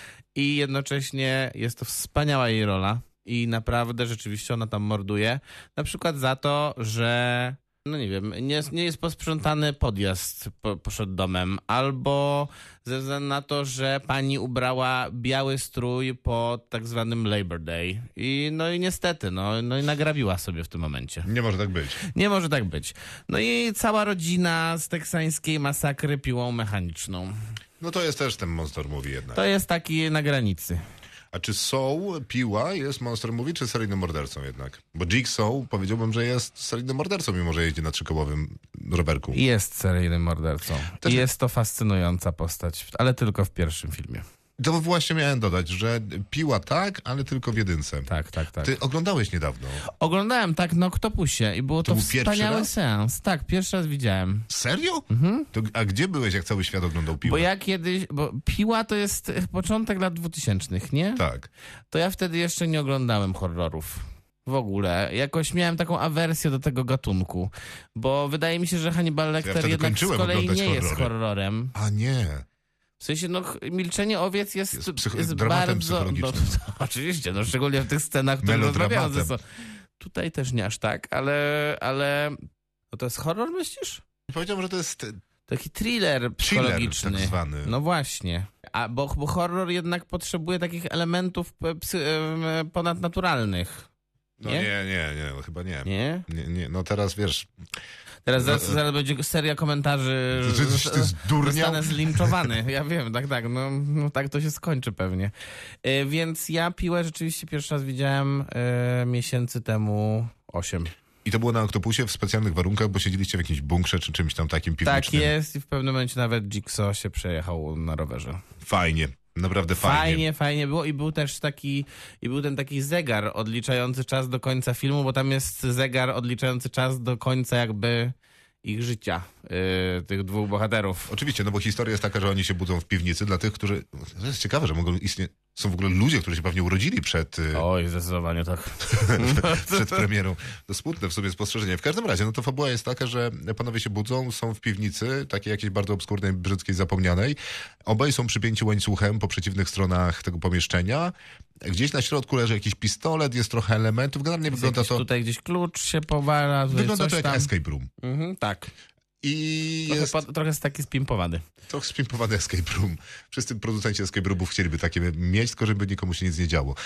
I jednocześnie jest to wspaniała jej rola. I naprawdę rzeczywiście ona tam morduje. Na przykład za to, że no nie wiem, nie, nie jest posprzątany podjazd po, przed domem, albo ze względu na to, że pani ubrała biały strój po tak zwanym Labor Day. I no i niestety, no, no i nagrabiła sobie w tym momencie. Nie może tak być. Nie może tak być. No i cała rodzina z teksańskiej masakry piłą mechaniczną. No to jest też ten Monster Movie jednak. To jest taki na granicy. A czy Soul, Piła jest Monster Movie, czy seryjnym mordercą jednak? Bo Jigsaw powiedziałbym, że jest seryjnym mordercą, mimo że jeździ na trzykołowym rowerku. Jest seryjnym mordercą. Też- I jest to fascynująca postać, ale tylko w pierwszym filmie. To właśnie miałem dodać, że Piła tak, ale tylko w jedynce. Tak, tak, tak. Ty oglądałeś niedawno. Oglądałem tak na Oktopusie i było to, To był pierwszy wspaniały raz? seans. Tak, pierwszy raz widziałem. Serio? To, a gdzie byłeś, jak cały świat oglądał Piłę? Bo ja kiedyś, bo Piła to jest początek lat dwutysięcznych, nie? Tak. To ja wtedy jeszcze nie oglądałem horrorów. W ogóle. Jakoś miałem taką awersję do tego gatunku. Bo wydaje mi się, że Hannibal Lecter wtedy jednak z kończyłem kolei oglądać nie jest horrory. horrorem. A nie. W sensie, no, ch- Milczenie owiec jest, Jest psycho- dramatem bardzo... psychologicznym. No, to, oczywiście, no, szczególnie w tych scenach, które rozmawiają ze Melodramatem. sobą. Tutaj też nie aż tak, ale... ale... No to jest horror, myślisz? Powiedziałbym, że to jest Taki thriller thriller psychologiczny. tak zwany. No właśnie. A bo, bo horror jednak potrzebuje takich elementów e, psy, e, ponadnaturalnych. No nie? nie, nie, nie, no chyba nie. Nie? Nie, nie. No teraz wiesz, Teraz zaraz, No, zaraz będzie seria komentarzy. Ty- ty- ty- ty zdurniał? Zostanę zlinczowany. Ja wiem, tak, tak. No, no tak to się skończy pewnie. E, więc ja Piłę rzeczywiście pierwszy raz widziałem e, miesięcy temu osiem. I to było na Oktopusie w specjalnych warunkach, bo siedzieliście w jakimś bunkrze czy czymś tam takim Tak piwniczym. jest i w pewnym momencie nawet Jigsaw się przejechał na rowerze. Fajnie. Naprawdę fajnie. Fajnie, fajnie było i był też taki, i był ten taki zegar odliczający czas do końca filmu, bo tam jest zegar odliczający czas do końca jakby ich życia, yy, tych dwóch bohaterów. Oczywiście, no bo historia jest taka, że oni się budzą w piwnicy dla tych, którzy... To jest ciekawe, że mogą istnieć... Są w ogóle ludzie, którzy się pewnie urodzili przed... y, Oj, zdecydowanie tak. przed premierą. To smutne w sobie spostrzeżenie. W każdym razie, no to fabuła jest taka, że panowie się budzą, są w piwnicy, takiej jakiejś bardzo obskurnej, brzydkiej, zapomnianej. Obaj są przypięci łańcuchem po przeciwnych stronach tego pomieszczenia. Gdzieś na środku leży jakiś pistolet, jest trochę elementów. Generalnie wygląda to... Tutaj gdzieś klucz się powala, tutaj Wygląda coś to jak tam. escape room. Mhm, tak. I Trochę, jest po, trochę jest taki spimpowany. trochę spimpowany escape room. Wszyscy producenci escape roomów chcieliby takie mieć, tylko żeby nikomu się nic nie działo.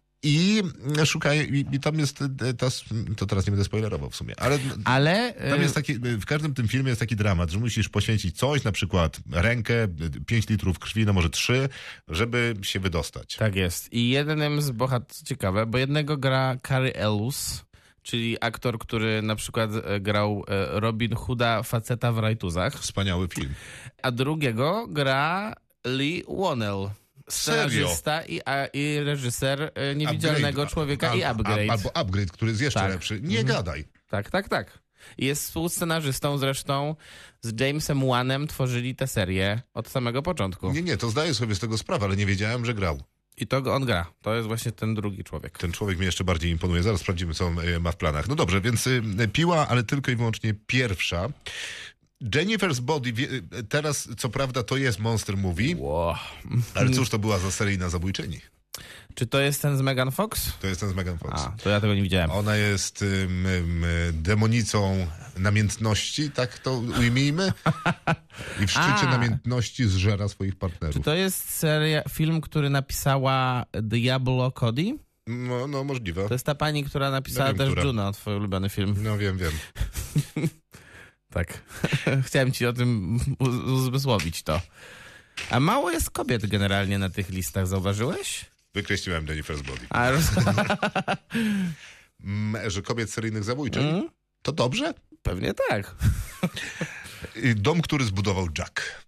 I szukają, i, i tam jest, ta, to teraz nie będę spoilerował w sumie, ale, Ale tam jest taki, w każdym tym filmie jest taki dramat, że musisz poświęcić coś, na przykład rękę, pięć litrów krwi, no może trzy, żeby się wydostać. tak jest. I jednym z bohaterów, ciekawe, bo jednego gra Cary Elwes, czyli aktor, który na przykład e, grał e, Robin Hooda, faceta w rajtuzach, Wspaniały film. a drugiego gra Lee Whannell, scenarzysta i, a, i reżyser e, Niewidzialnego Upgrade. Człowieka Al- i Upgrade. Albo Upgrade, który jest jeszcze Tak. lepszy. Nie Mhm. gadaj. Tak, tak, tak. I jest współscenarzystą zresztą, z Jamesem Wanem tworzyli tę serię od samego początku. Nie, nie, to zdaję sobie z tego sprawę, ale nie wiedziałem, że grał. I to go on gra. To jest właśnie ten drugi człowiek. Ten człowiek mnie jeszcze bardziej imponuje. Zaraz sprawdzimy, co y, ma w planach. No dobrze, więc y, Piła, ale tylko i wyłącznie pierwsza. Jennifer's Body, wie- y, teraz co prawda to jest monster movie, Wow. ale cóż to była za seryjna zabójczyni? Czy to jest ten z Megan Fox? To jest ten z Megan Fox. A, to ja tego nie widziałem. Ona jest ym, ym, demonicą namiętności, tak to ujmijmy. I w szczycie A. namiętności zżera swoich Czy partnerów. to jest seria, film, który napisała Diablo Cody? No, no możliwe. To jest ta pani, która napisała wiem, też która. Juno, twój ulubiony film. No wiem, wiem. Tak. Chciałem ci o tym uz- uzmysłowić to. A mało jest kobiet generalnie na tych listach, zauważyłeś? Wykreśliłem Jennifer's Body. A roz... Mm, że kobiet seryjnych zabójczyń? Mm? To dobrze? Pewnie tak. Y, Dom, który zbudował Jack.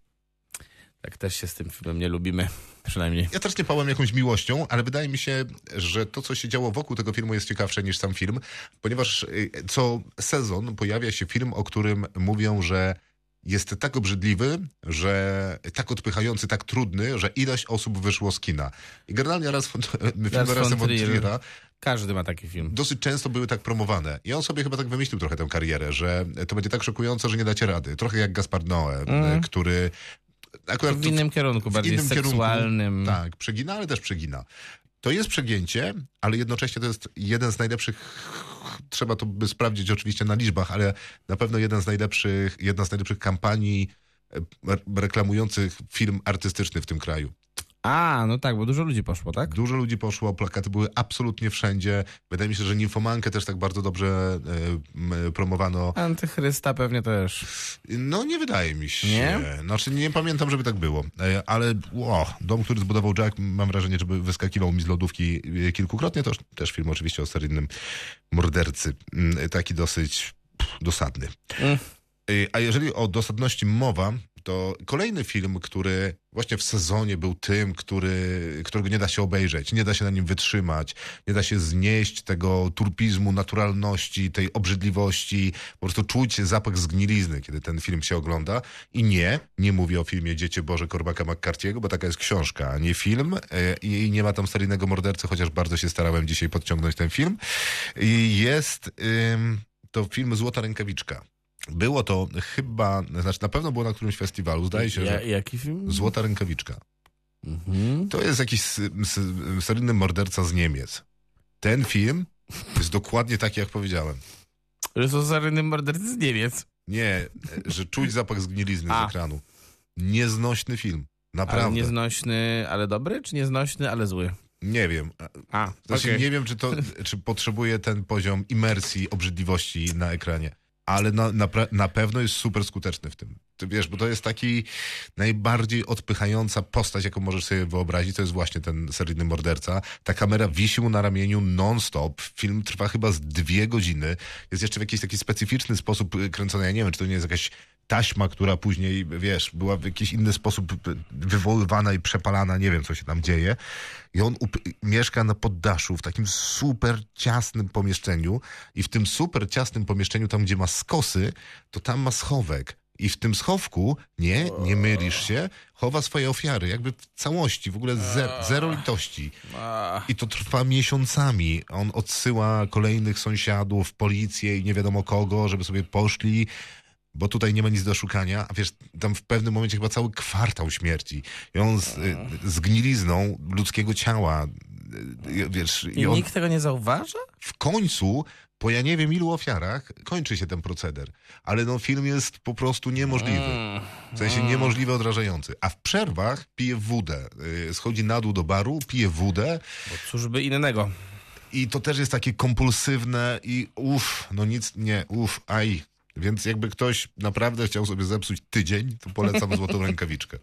Tak też się z tym filmem nie lubimy. Przynajmniej. Ja też nie pałem jakąś miłością, ale wydaje mi się, że to, co się działo wokół tego filmu jest ciekawsze niż sam film, ponieważ y, co sezon pojawia się film, o którym mówią, że jest tak obrzydliwy, że tak odpychający, tak trudny, że ileś osób wyszło z kina. I generalnie raz filmy Lars von Larsa von Trier. Trier'a Każdy ma taki film. dosyć często były tak promowane. I on sobie chyba tak wymyślił trochę tę karierę, że to będzie tak szokujące, że nie dacie rady. Trochę jak Gaspar Noé, Mm. który akurat W innym kierunku, w bardziej innym seksualnym. Kierunku, tak, przegina, ale też przegina. To jest przegięcie, ale jednocześnie to jest jeden z najlepszych, trzeba to by sprawdzić oczywiście na liczbach, ale na pewno jeden z najlepszych, jedna z najlepszych kampanii e, reklamujących film artystyczny w tym kraju. A, no tak, bo dużo ludzi poszło, tak? Dużo ludzi poszło, plakaty były absolutnie wszędzie. Wydaje mi się, że Nimfomankę też tak bardzo dobrze e, m, promowano. Antychrysta pewnie też. No nie wydaje mi się. Nie? Znaczy nie pamiętam, żeby tak było. E, Ale o, Dom, który zbudował Jack, mam wrażenie, żeby wyskakiwał mi z lodówki e, kilkukrotnie. To też film oczywiście o seryjnym mordercy. Mm, Taki dosyć pff, dosadny. Mm. E, A jeżeli o dosadności mowa, to kolejny film, który właśnie w sezonie był tym, który, którego nie da się obejrzeć, nie da się na nim wytrzymać, nie da się znieść tego turpizmu, naturalności, tej obrzydliwości, po prostu czuć zapach zgnilizny, kiedy ten film się ogląda. I nie, nie mówię o filmie Dziecię Boże Corbacka McCarthy'ego, bo taka jest książka, a nie film. E, I nie ma tam seryjnego mordercy, chociaż bardzo się starałem dzisiaj podciągnąć ten film. I jest ym, to film Złota Rękawiczka. Było to chyba, znaczy na pewno było na którymś festiwalu, zdaje się, Ja, że jaki film? Złota Rękawiczka. Mhm. To jest jakiś s- s- seryjny morderca z Niemiec. Ten film jest dokładnie taki, jak powiedziałem. Że są seryjny mordercy z Niemiec. Nie, e, że czuć zapach zgnilizny A. z ekranu. Nieznośny film. Naprawdę. Ale nieznośny, ale dobry, czy nieznośny, ale zły? Nie wiem. A, okej. Znaczy, nie wiem, czy to, czy potrzebuje ten poziom imersji, obrzydliwości na ekranie. ale na, na, na pewno jest super skuteczny w tym. Ty wiesz, bo to jest taki najbardziej odpychająca postać, jaką możesz sobie wyobrazić, to jest właśnie ten seryjny morderca. Ta kamera wisi mu na ramieniu non-stop. Film trwa chyba z dwie godziny. Jest jeszcze w jakiś taki specyficzny sposób kręcony. Ja nie wiem, czy to nie jest jakaś taśma, która później, wiesz, była w jakiś inny sposób wywoływana i przepalana. Nie wiem, co się tam dzieje. I on up- mieszka na poddaszu w takim super ciasnym pomieszczeniu i w tym super ciasnym pomieszczeniu, tam gdzie ma skosy, to tam ma schowek. I w tym schowku, nie, nie mylisz się, chowa swoje ofiary, jakby w całości, w ogóle zer, zero litości. I to trwa miesiącami. On odsyła kolejnych sąsiadów, policję i nie wiadomo kogo, żeby sobie poszli, bo tutaj nie ma nic do szukania, a wiesz, tam w pewnym momencie chyba cały kwartał śmierci. I on z, z gnilizną ludzkiego ciała, wiesz... I, i on nikt tego nie zauważa? w końcu, po ja nie wiem ilu ofiarach, kończy się ten proceder. Ale no film jest po prostu niemożliwy. W sensie niemożliwie odrażający. A w przerwach pije wódę. Yy, Schodzi na dół do baru, pije wódę. Bo cóż by innego. I to też jest takie kompulsywne i uff, no nic, nie, uff, aj. Więc jakby ktoś naprawdę chciał sobie zepsuć tydzień, to polecam Złotą Rękawiczkę.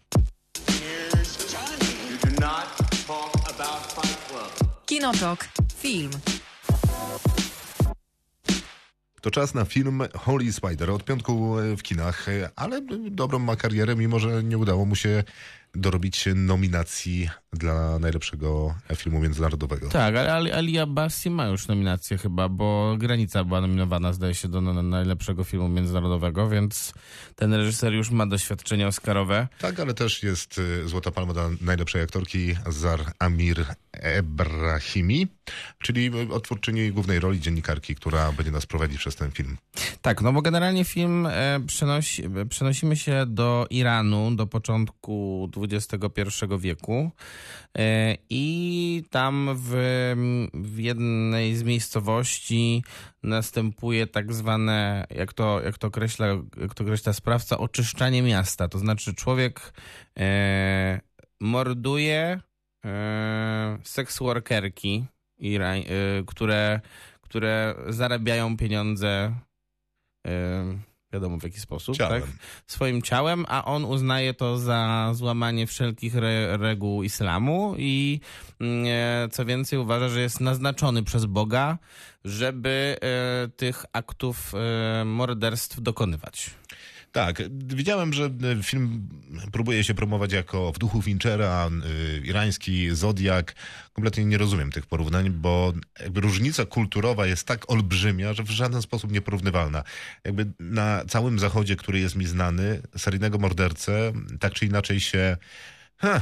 You do not talk about Fight Club. Kinotok. Film. To czas na film Holy Spider. Od piątku w kinach, ale dobrą ma karierę, mimo że nie udało mu się dorobić nominacji dla najlepszego filmu międzynarodowego. Tak, ale Ali- Alia Bassi ma już nominację chyba, bo Granica była nominowana, zdaje się, do na- najlepszego filmu międzynarodowego, więc ten reżyser już ma doświadczenie oscarowe. Tak, ale też jest y, Złota Palma dla najlepszej aktorki Zar Amir Ebrahimi, czyli odtwórczyni głównej roli dziennikarki, która będzie nas prowadzić przez ten film. Tak, no bo generalnie film e, przenosi, e, przenosimy się do Iranu, do początku dwudziestego pierwszego wieku e, i tam w, w jednej z miejscowości następuje tak zwane, jak to, jak to określa, jak to określa sprawca, oczyszczanie miasta. To znaczy człowiek e, morduje e, seksworkerki, Ira, e, które, które zarabiają pieniądze Yy, wiadomo w jaki sposób, Ciałem. tak? Swoim ciałem, a on uznaje to za złamanie wszelkich re- reguł islamu i yy, co więcej uważa, że jest naznaczony przez Boga, żeby yy, tych aktów yy, morderstw dokonywać. Tak, widziałem, że film próbuje się promować jako w duchu Finchera, y, irański Zodiak. Kompletnie nie rozumiem tych porównań, bo jakby różnica kulturowa jest tak olbrzymia, że w żaden sposób nieporównywalna. Jakby na całym zachodzie, który jest mi znany, seryjnego mordercę tak czy inaczej się... Ha,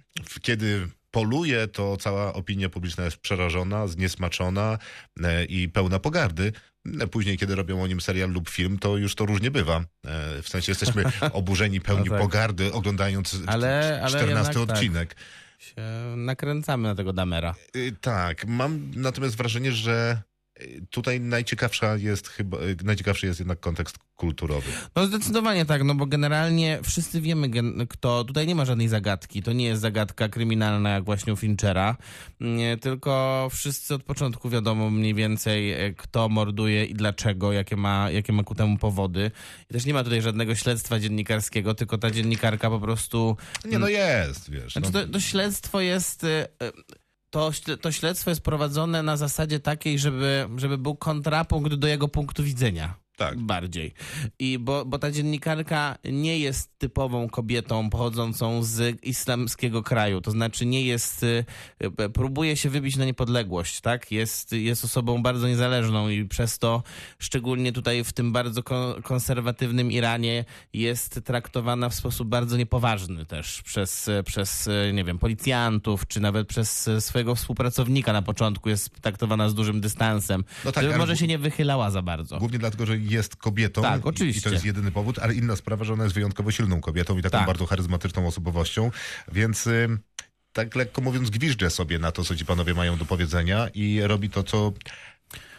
kiedy poluje, to cała opinia publiczna jest przerażona, zniesmaczona e, i pełna pogardy. Później, kiedy robią o nim serial lub film, to już to różnie bywa. E, w sensie jesteśmy oburzeni, pełni No tak. pogardy, oglądając Ale- ale czternasty jednak odcinek. Się nakręcamy na tego Damera. Y, Tak, mam natomiast wrażenie, że y, tutaj najciekawsza jest chyba, y, najciekawszy jest jednak kontekst kulturowy. No zdecydowanie tak, no bo generalnie wszyscy wiemy, gen- kto, tutaj nie ma żadnej zagadki, to nie jest zagadka kryminalna jak właśnie u Finchera, nie, tylko wszyscy od początku wiadomo mniej więcej e, kto morduje i dlaczego, jakie ma, jakie ma ku temu powody. I też nie ma tutaj żadnego śledztwa dziennikarskiego, tylko ta dziennikarka po prostu... Nie, no jest, wiesz. Znaczy No, to, to śledztwo jest... e, e, To, śle- to śledztwo jest prowadzone na zasadzie takiej, żeby, żeby był kontrapunkt do jego punktu widzenia. Tak. Bardziej. I bo, bo ta dziennikarka nie jest typową kobietą pochodzącą z islamskiego kraju. To znaczy nie jest, y, y, próbuje się wybić na niepodległość, tak? Jest, jest osobą bardzo niezależną i przez to szczególnie tutaj w tym bardzo ko- konserwatywnym Iranie jest traktowana w sposób bardzo niepoważny też przez, przez, nie wiem, policjantów, czy nawet przez swojego współpracownika na początku jest traktowana z dużym dystansem. No tak, żeby ale może w- się nie wychylała za bardzo. Głównie dlatego, że jest kobietą. Tak, i- oczywiście. I to jest jedyny powód, ale inna sprawa, że ona jest wyjątkowo silną kobietą i taką Tak. bardzo charyzmatyczną osobowością, więc y, tak lekko mówiąc gwiżdżę sobie na to, co ci panowie mają do powiedzenia i robi to, co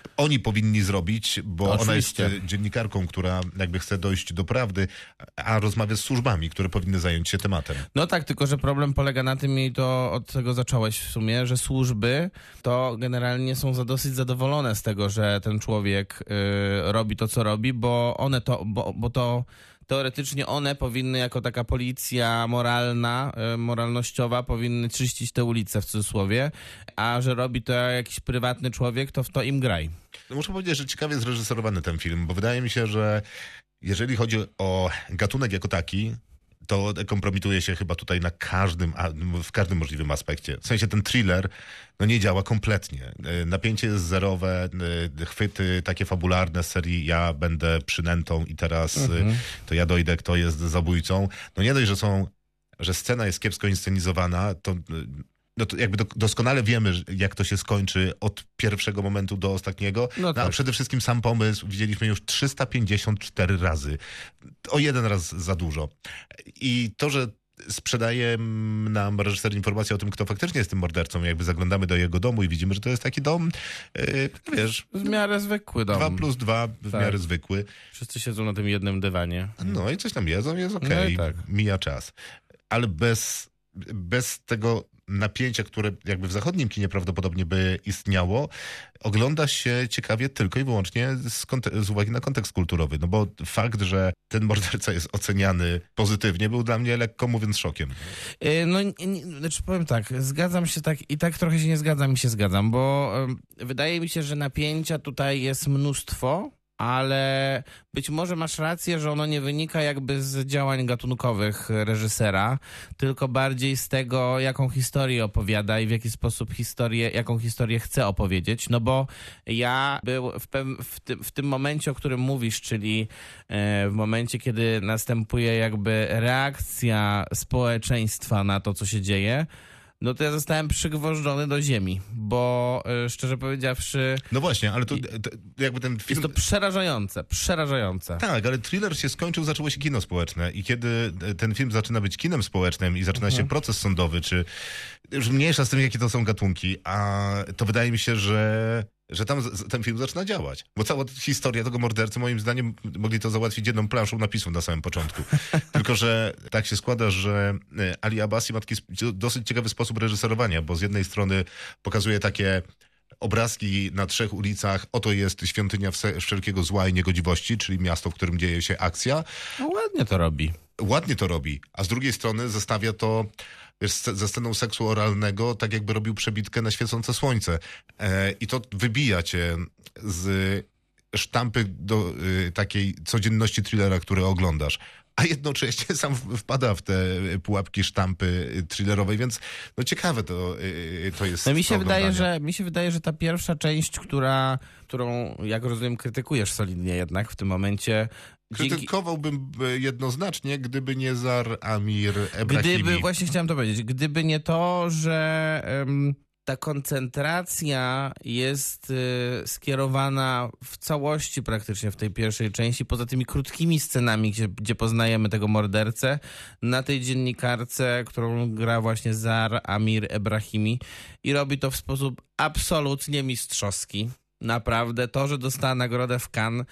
oni powinni zrobić, bo Oczywiście. ona jest e, dziennikarką, która jakby chce dojść do prawdy, a rozmawia z służbami, które powinny zająć się tematem. No tak, tylko że problem polega na tym, i to od tego zacząłeś w sumie, że służby to generalnie są za dosyć zadowolone z tego, że ten człowiek y, robi to, co robi, bo one to, bo, bo to teoretycznie one powinny jako taka policja moralna, y, moralnościowa powinny czyścić te ulice w cudzysłowie, a że robi to jakiś prywatny człowiek, to w to im graj. No muszę powiedzieć, że ciekawie zreżyserowany ten film, bo wydaje mi się, że jeżeli chodzi o gatunek jako taki, to kompromituje się chyba tutaj na każdym, w każdym możliwym aspekcie. W sensie ten thriller no nie działa kompletnie. Napięcie jest zerowe, chwyty takie fabularne z serii ja będę przynętą i teraz mhm. to ja dojdę, kto jest zabójcą. No nie dość, że są, że scena jest kiepsko inscenizowana, to no to jakby do, doskonale wiemy, jak to się skończy od pierwszego momentu do ostatniego, no no, tak. A przede wszystkim sam pomysł widzieliśmy już trzysta pięćdziesiąt cztery razy. O jeden raz za dużo. I to, że sprzedaje nam reżyser informację o tym, kto faktycznie jest tym mordercą, jakby zaglądamy do jego domu i widzimy, że to jest taki dom, yy, wiesz... W miarę zwykły dom. Dwa plus dwa, w tak. miarę zwykły. Wszyscy siedzą na tym jednym dywanie. No i coś tam jedzą, jest okej. Okay. No tak. Mija czas. Ale bez, bez tego napięcia, które jakby w zachodnim kinie prawdopodobnie by istniało, ogląda się ciekawie tylko i wyłącznie z, z uwagi na kontekst kulturowy. No bo fakt, że ten morderca jest oceniany pozytywnie, był dla mnie lekko mówiąc szokiem. Yy, no, nie, znaczy powiem tak, zgadzam się tak i tak trochę się nie zgadzam i się zgadzam, bo yy, wydaje mi się, że napięcia tutaj jest mnóstwo, ale być może masz rację, że ono nie wynika jakby z działań gatunkowych reżysera, tylko bardziej z tego, jaką historię opowiada i w jaki sposób historię, jaką historię chce opowiedzieć. No bo ja był w, pew- w, ty- w tym momencie, o którym mówisz, czyli e, w momencie, kiedy następuje jakby reakcja społeczeństwa na to, co się dzieje, no to ja zostałem przygwożdżony do ziemi, bo y, szczerze powiedziawszy... No właśnie, ale to, to jakby ten film... Jest to przerażające, przerażające. Tak, ale thriller się skończył, zaczęło się kino społeczne i kiedy ten film zaczyna być kinem społecznym i zaczyna mhm. się proces sądowy, czy już mniejsza z tym, jakie to są gatunki, a to wydaje mi się, że... że tam z, ten film zaczyna działać. Bo cała historia tego mordercy, moim zdaniem, mogli to załatwić jedną planszą napisów na samym początku. Tylko że tak się składa, że Ali Abbasi ma taki dosyć ciekawy sposób reżyserowania, bo z jednej strony pokazuje takie obrazki na trzech ulicach, oto jest świątynia wszelkiego zła i niegodziwości, czyli miasto, w którym dzieje się akcja. No ładnie to robi. Ładnie to robi, a z drugiej strony zestawia to wiesz, ze sceną seksu oralnego, tak jakby robił przebitkę na świecące słońce. E, I to wybija cię z sztampy do y, takiej codzienności thrillera, który oglądasz. A jednocześnie sam wpada w te pułapki sztampy thrillerowej, więc no ciekawe to, y, to jest. No mi się wydaje, że mi się wydaje, że ta pierwsza część, która, którą, jak rozumiem, krytykujesz solidnie jednak w tym momencie. Krytykowałbym jednoznacznie, gdyby nie Zar Amir Ebrahimi. Gdyby, właśnie chciałem to powiedzieć, gdyby nie to, że um, ta koncentracja jest y, skierowana w całości praktycznie w tej pierwszej części, poza tymi krótkimi scenami, gdzie, gdzie poznajemy tego mordercę, na tej dziennikarce, którą gra właśnie Zar Amir Ebrahimi i robi to w sposób absolutnie mistrzowski. Naprawdę, to, że dostała nagrodę w Cannes,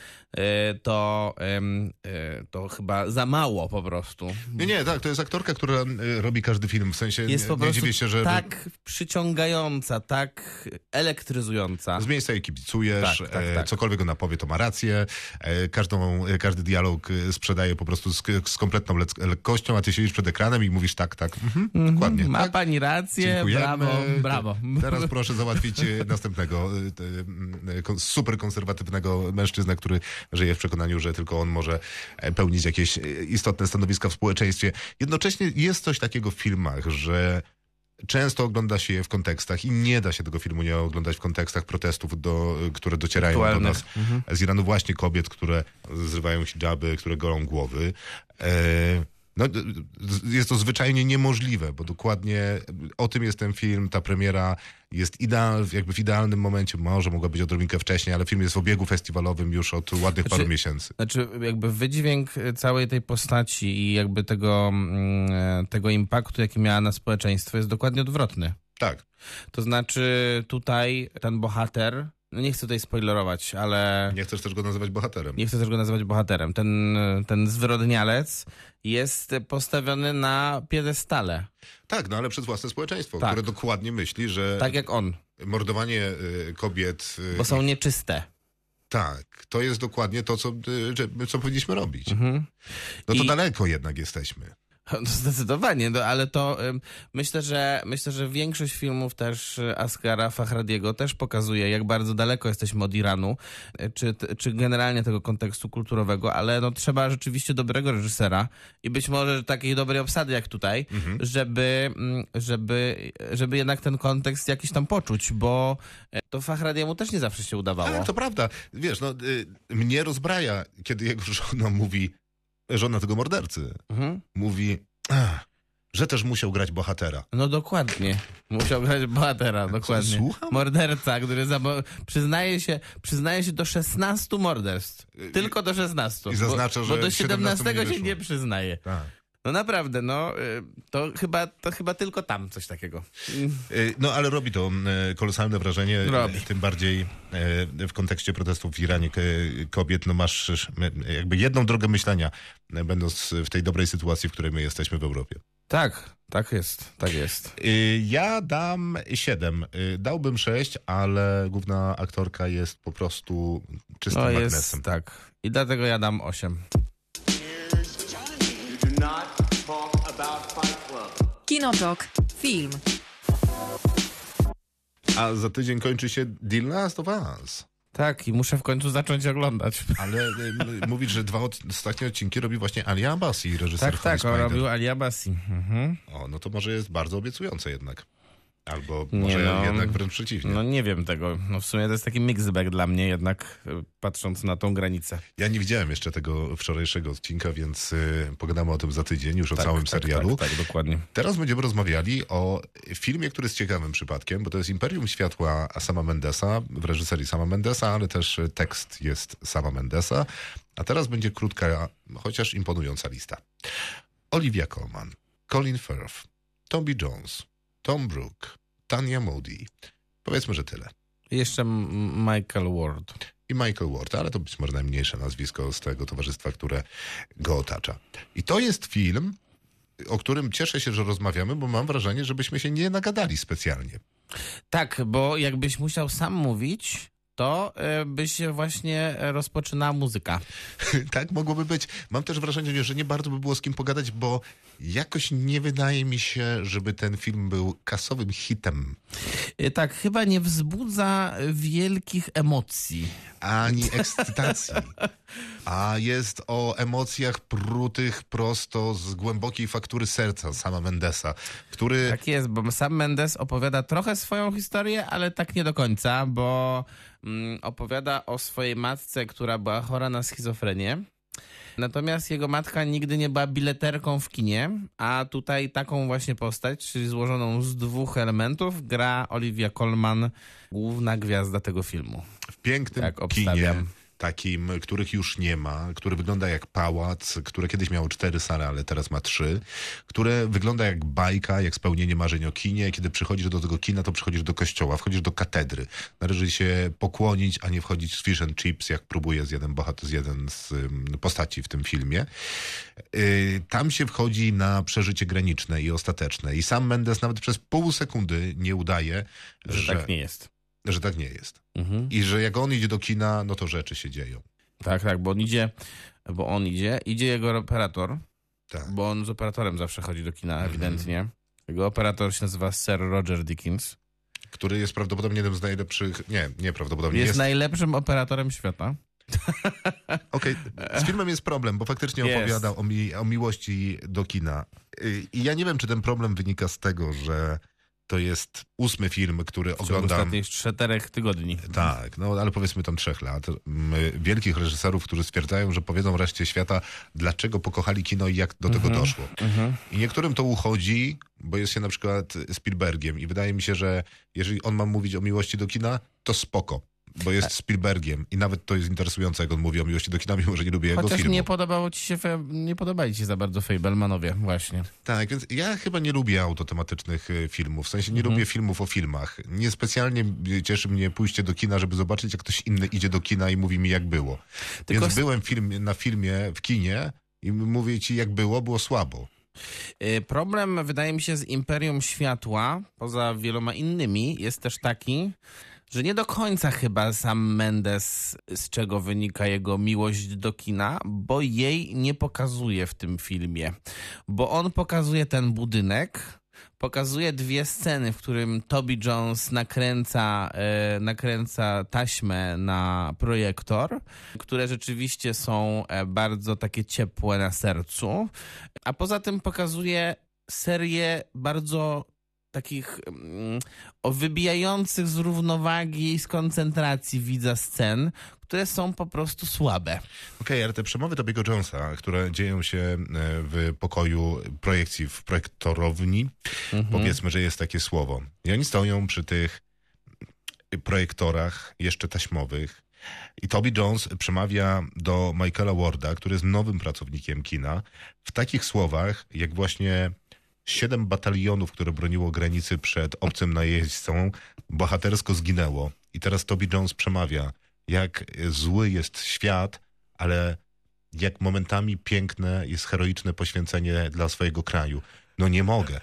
to, to chyba za mało po prostu. Nie, nie, tak, to jest aktorka, która robi każdy film, w sensie jest nie, po prostu nie dziwię się, że... tak przyciągająca, tak elektryzująca. Z miejsca jej kibicujesz, tak, tak, tak. cokolwiek ona powie, to ma rację, każdą, każdy dialog sprzedaje po prostu z, z kompletną lekkością, a ty siedzisz przed ekranem i mówisz tak, tak, mhm, mm-hmm, dokładnie. Ma tak? pani rację, dziękujemy. brawo, brawo. Teraz proszę załatwić następnego super konserwatywnego mężczyznę, który żyje w przekonaniu, że tylko on może pełnić jakieś istotne stanowiska w społeczeństwie. Jednocześnie jest coś takiego w filmach, że często ogląda się je w kontekstach i nie da się tego filmu nie oglądać w kontekstach protestów, do, które docierają Aktualne. do nas mhm. z Iranu, właśnie kobiet, które zrywają hijaby, które golą głowy. E, No, jest to zwyczajnie niemożliwe, bo dokładnie o tym jest ten film. Ta premiera jest ideal, jakby w idealnym momencie, może mogła być odrobinkę wcześniej, ale film jest w obiegu festiwalowym już od ładnych znaczy, paru miesięcy. Znaczy jakby wydźwięk całej tej postaci i jakby tego, tego impaktu, jaki miała na społeczeństwo, jest dokładnie odwrotny. Tak. To znaczy tutaj ten bohater no nie chcę tutaj spoilerować, ale Nie chcesz też go nazywać bohaterem. nie chcę też go nazywać bohaterem. Ten, ten zwyrodnialec jest postawiony na piedestale, Tak, no ale przez własne społeczeństwo, Tak. które dokładnie myśli, że tak jak on, mordowanie y, kobiet... y, bo są nieczyste. Tak, to jest dokładnie to, co, y, że- co powinniśmy robić. Mhm. No to I- daleko jednak jesteśmy. No zdecydowanie, no, ale to ym, myślę, że myślę, że większość filmów też y, Asghara Fahradiego też pokazuje, jak bardzo daleko jesteśmy od Iranu, y, czy, t- czy generalnie tego kontekstu kulturowego, ale no trzeba rzeczywiście dobrego reżysera i być może takiej dobrej obsady jak tutaj, żeby, mm, żeby, żeby jednak ten kontekst jakiś tam poczuć, bo y, to Fahradiemu też nie zawsze się udawało. Ale to prawda. Wiesz, no, y, mnie rozbraja, kiedy jego żona mówi, żona tego mordercy, Mhm. mówi, "Ach, że też musiał grać bohatera. No dokładnie. Musiał grać bohatera, dokładnie. słucham? Morderca, który zabo- przyznaje się, przyznaje się do szesnastu morderstw. Tylko do szesnastu. I zaznacza, bo, że bo do siedemnastego siedemnastego nie się wyszło. nie przyznaje. Tak. No naprawdę, no y, to chyba, to chyba tylko tam coś takiego. Y, No ale robi to y, kolosalne wrażenie, Robi. y, tym bardziej y, w kontekście protestów w Iranie k- kobiet. No masz y, jakby jedną drogę myślenia, y, będąc w tej dobrej sytuacji, w której my jesteśmy w Europie. Tak, tak jest, tak jest. Y, Ja dam siedem. Y, Dałbym sześć, ale główna aktorka jest po prostu czystym No magnesem. jest, tak. I dlatego ja dam osiem. You do not talk about Fight Club. Kinotok. Film. A za tydzień kończy się The Last of Us. Tak, i muszę w końcu zacząć oglądać. Ale y, m- mówić, że dwa od- ostatnie odcinki robi właśnie Ali Abbasi, reżyser Tak, tak, on Holy Spider. robił Ali Abbasi. Mhm. O, no to może jest bardzo obiecujące jednak. Albo Nie może no. jednak wręcz przeciwnie. No nie wiem tego. No w sumie to jest taki mixed bag dla mnie jednak, y, patrząc na tą granicę. Ja nie widziałem jeszcze tego wczorajszego odcinka, więc y, pogadamy o tym za tydzień, już o Tak, całym tak, serialu. Tak, tak, dokładnie. Teraz będziemy rozmawiali o filmie, który jest ciekawym przypadkiem, bo to jest Imperium Światła Sama Mendesa, w reżyserii Sama Mendesa, ale też tekst jest Sama Mendesa. A teraz będzie krótka, chociaż imponująca lista. Olivia Colman, Colin Firth, Toby Jones, Tom Brook, Tanya Modi. Powiedzmy, że tyle. I jeszcze M- Michael Ward. I Michael Ward, ale to być może najmniejsze nazwisko z tego towarzystwa, które go otacza. I to jest film, o którym cieszę się, że rozmawiamy, bo mam wrażenie, żebyśmy się nie nagadali specjalnie. Tak, bo jakbyś musiał sam mówić, to y, by się właśnie rozpoczynała muzyka. Tak mogłoby być. Mam też wrażenie, że nie bardzo by było z kim pogadać, bo jakoś nie wydaje mi się, żeby ten film był kasowym hitem, Y, Tak, chyba nie wzbudza wielkich emocji. ani ekscytacji. A jest o emocjach prutych prosto z głębokiej faktury serca Sama Mendesa, który... Tak jest, bo sam Mendes opowiada trochę swoją historię, ale tak nie do końca, bo mm, opowiada o swojej matce, która była chora na schizofrenię. Natomiast jego matka nigdy nie była bileterką w kinie, a tutaj taką właśnie postać, czyli złożoną z dwóch elementów, gra Olivia Colman, główna gwiazda tego filmu. w pięknym Tak, kinie, obstawiam. takim, których już nie ma, który wygląda jak pałac, które kiedyś miało cztery sale, ale teraz ma trzy, które wygląda jak bajka, jak spełnienie marzeń o kinie. Kiedy przychodzisz do tego kina, to przychodzisz do kościoła, wchodzisz do katedry. Należy się pokłonić, a nie wchodzić z fish and chips, jak próbuje z jeden bohater, z jeden z ym, postaci w tym filmie. Yy, tam się wchodzi na przeżycie graniczne i ostateczne. I sam Mendes nawet przez pół sekundy nie udaje, Że, że, tak nie jest. że tak nie jest. Mhm. I że jak on idzie do kina, no to rzeczy się dzieją. Tak, tak, bo on idzie, bo on idzie, idzie jego operator, Tak. bo on z operatorem zawsze chodzi do kina, ewidentnie. Jego operator się nazywa Sir Roger Dickens. Który jest prawdopodobnie jednym z najlepszych... Nie, nie prawdopodobnie. Jest, Jest, najlepszym operatorem świata. Okej, z filmem jest problem, bo faktycznie Jest. opowiada o, mi, o miłości do kina. Y, I ja nie wiem, czy ten problem wynika z tego, że to jest ósmy film, który W ciągu oglądam... ostatnich czterech tygodni. Tak, no ale powiedzmy tam trzech lat. My, wielkich reżyserów, którzy stwierdzają, że powiedzą reszcie świata, dlaczego pokochali kino i jak do tego doszło. Mhm. I niektórym to uchodzi, bo jest się na przykład Spielbergiem i wydaje mi się, że jeżeli on ma mówić o miłości do kina, to spoko. bo jest Spielbergiem i nawet to jest interesujące, jak on mówi o miłości do kina, mimo że nie lubię jego Chociaż filmu. nie podobało ci się, fe- nie podobali ci się za bardzo Fablemanowie, właśnie. Tak, więc ja chyba nie lubię autotematycznych y, filmów, w sensie nie lubię filmów o filmach. Niespecjalnie y, cieszy mnie pójście do kina, żeby zobaczyć, jak ktoś inny idzie do kina i mówi mi, jak było. Tylko Więc s- byłem film, na filmie w kinie i mówię ci, jak było, było słabo. Y, Problem, wydaje mi się, z Imperium Światła, poza wieloma innymi, jest też taki, że nie do końca chyba sam Mendes, z czego wynika jego miłość do kina, bo jej nie pokazuje w tym filmie. Bo on pokazuje ten budynek, pokazuje dwie sceny, w którym Toby Jones nakręca, e, nakręca taśmę na projektor, które rzeczywiście są e, bardzo takie ciepłe na sercu, a poza tym pokazuje serię bardzo takich mm, o wybijających z równowagi i z koncentracji widza scen, które są po prostu słabe. Okej, ale te przemowy Toby'ego Jonesa, które dzieją się e, w pokoju projekcji, w projektorowni, powiedzmy, że jest takie słowo. I oni stoją przy tych projektorach jeszcze taśmowych i Toby Jones przemawia do Michaela Warda, który jest nowym pracownikiem kina, w takich słowach, jak właśnie siedem batalionów, które broniło granicy przed obcym najeźdźcą, bohatersko zginęło. I teraz Toby Jones przemawia, jak zły jest świat, ale jak momentami piękne jest heroiczne poświęcenie dla swojego kraju. No nie mogę.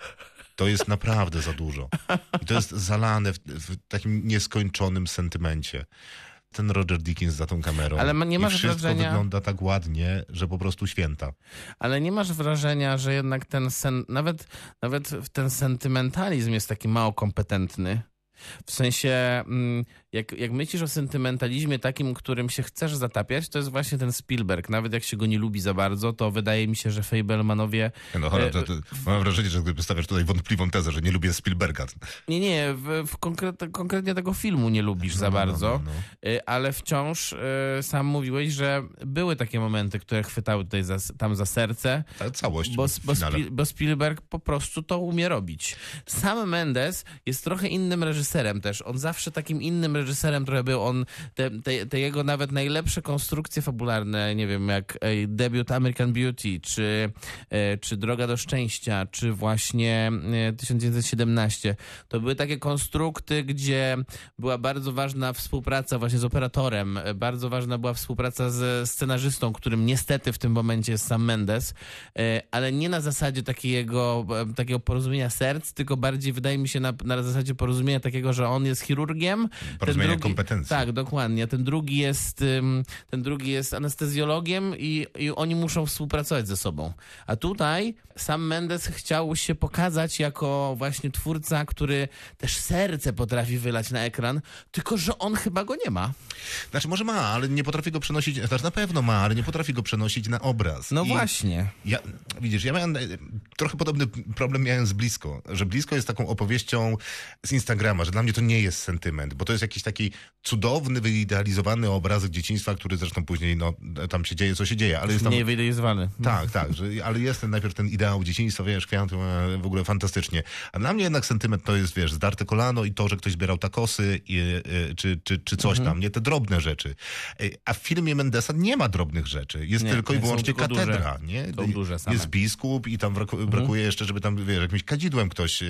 To jest naprawdę za dużo. I to jest zalane w, w takim nieskończonym sentymencie. Ten Roger Deakins za tą kamerą. Ale ma- nie I masz wszystko wrażenia- wygląda tak ładnie, że po prostu święta. Ale nie masz wrażenia, że jednak ten sen, nawet, nawet ten sentymentalizm jest taki mało kompetentny? W sensie, mm, jak, jak myślisz o sentymentalizmie takim, którym się chcesz zatapiać, to jest właśnie ten Spielberg. Nawet jak się go nie lubi za bardzo, to wydaje mi się, że Fablemanowie... No cholera, to, to, mam wrażenie, że gdy stawiasz tutaj wątpliwą tezę, że nie lubię Spielberga. Nie, nie, w, w konkret, konkretnie tego filmu nie lubisz za No, no, bardzo, no, no. y, ale wciąż y, sam mówiłeś, że były takie momenty, które chwytały tutaj za, tam za serce. Ale całość Bo, w bo, finale. Spiel, bo Spielberg po prostu to umie robić. Sam Mendes jest trochę innym reżyserem też. On zawsze takim innym reżyserem trochę był. On, te, te, te jego nawet najlepsze konstrukcje fabularne, nie wiem, jak e, debiut American Beauty, czy, e, czy Droga do Szczęścia, czy właśnie e, tysiąc dziewięćset siedemnaście, to były takie konstrukty, gdzie była bardzo ważna współpraca właśnie z operatorem, e, bardzo ważna była współpraca ze scenarzystą, którym niestety w tym momencie jest sam Mendes, e, ale nie na zasadzie takiego, e, takiego porozumienia serc, tylko bardziej wydaje mi się na, na zasadzie porozumienia takiego, że on jest chirurgiem. Porozumienia ten drugi, kompetencji. Tak, dokładnie. Ten drugi jest, ym, ten drugi jest anestezjologiem i, i oni muszą współpracować ze sobą. A tutaj sam Mendes chciał się pokazać jako właśnie twórca, który też serce potrafi wylać na ekran, tylko że on chyba go nie ma. Znaczy może ma, ale nie potrafi go przenosić, znaczy na pewno ma, ale nie potrafi go przenosić na obraz. No I właśnie. Ja, widzisz, ja miałem e, trochę podobny problem miałem z Blisko, że Blisko jest taką opowieścią z Instagrama, że dla mnie to nie jest sentyment, bo to jest jakiś taki cudowny, wyidealizowany obrazek dzieciństwa, który zresztą później, no, tam się dzieje, co się dzieje, ale jest tam... Nie wyidealizowany. Tak, tak, że, ale jest ten, najpierw ten ideał dzieciństwa, wiesz, kwiaty, e, w ogóle fantastycznie. A dla mnie jednak sentyment to jest, wiesz, zdarte kolano i to, że ktoś zbierał takosy i, e, czy, czy, czy coś tam, nie te drobne rzeczy. E, A w filmie Mendesa nie ma drobnych rzeczy, jest Nie, tylko i są wyłącznie tylko duże. katedra, nie? Są duże same. Jest biskup i tam braku- brakuje jeszcze, żeby tam, wiesz, jakimś kadzidłem ktoś e,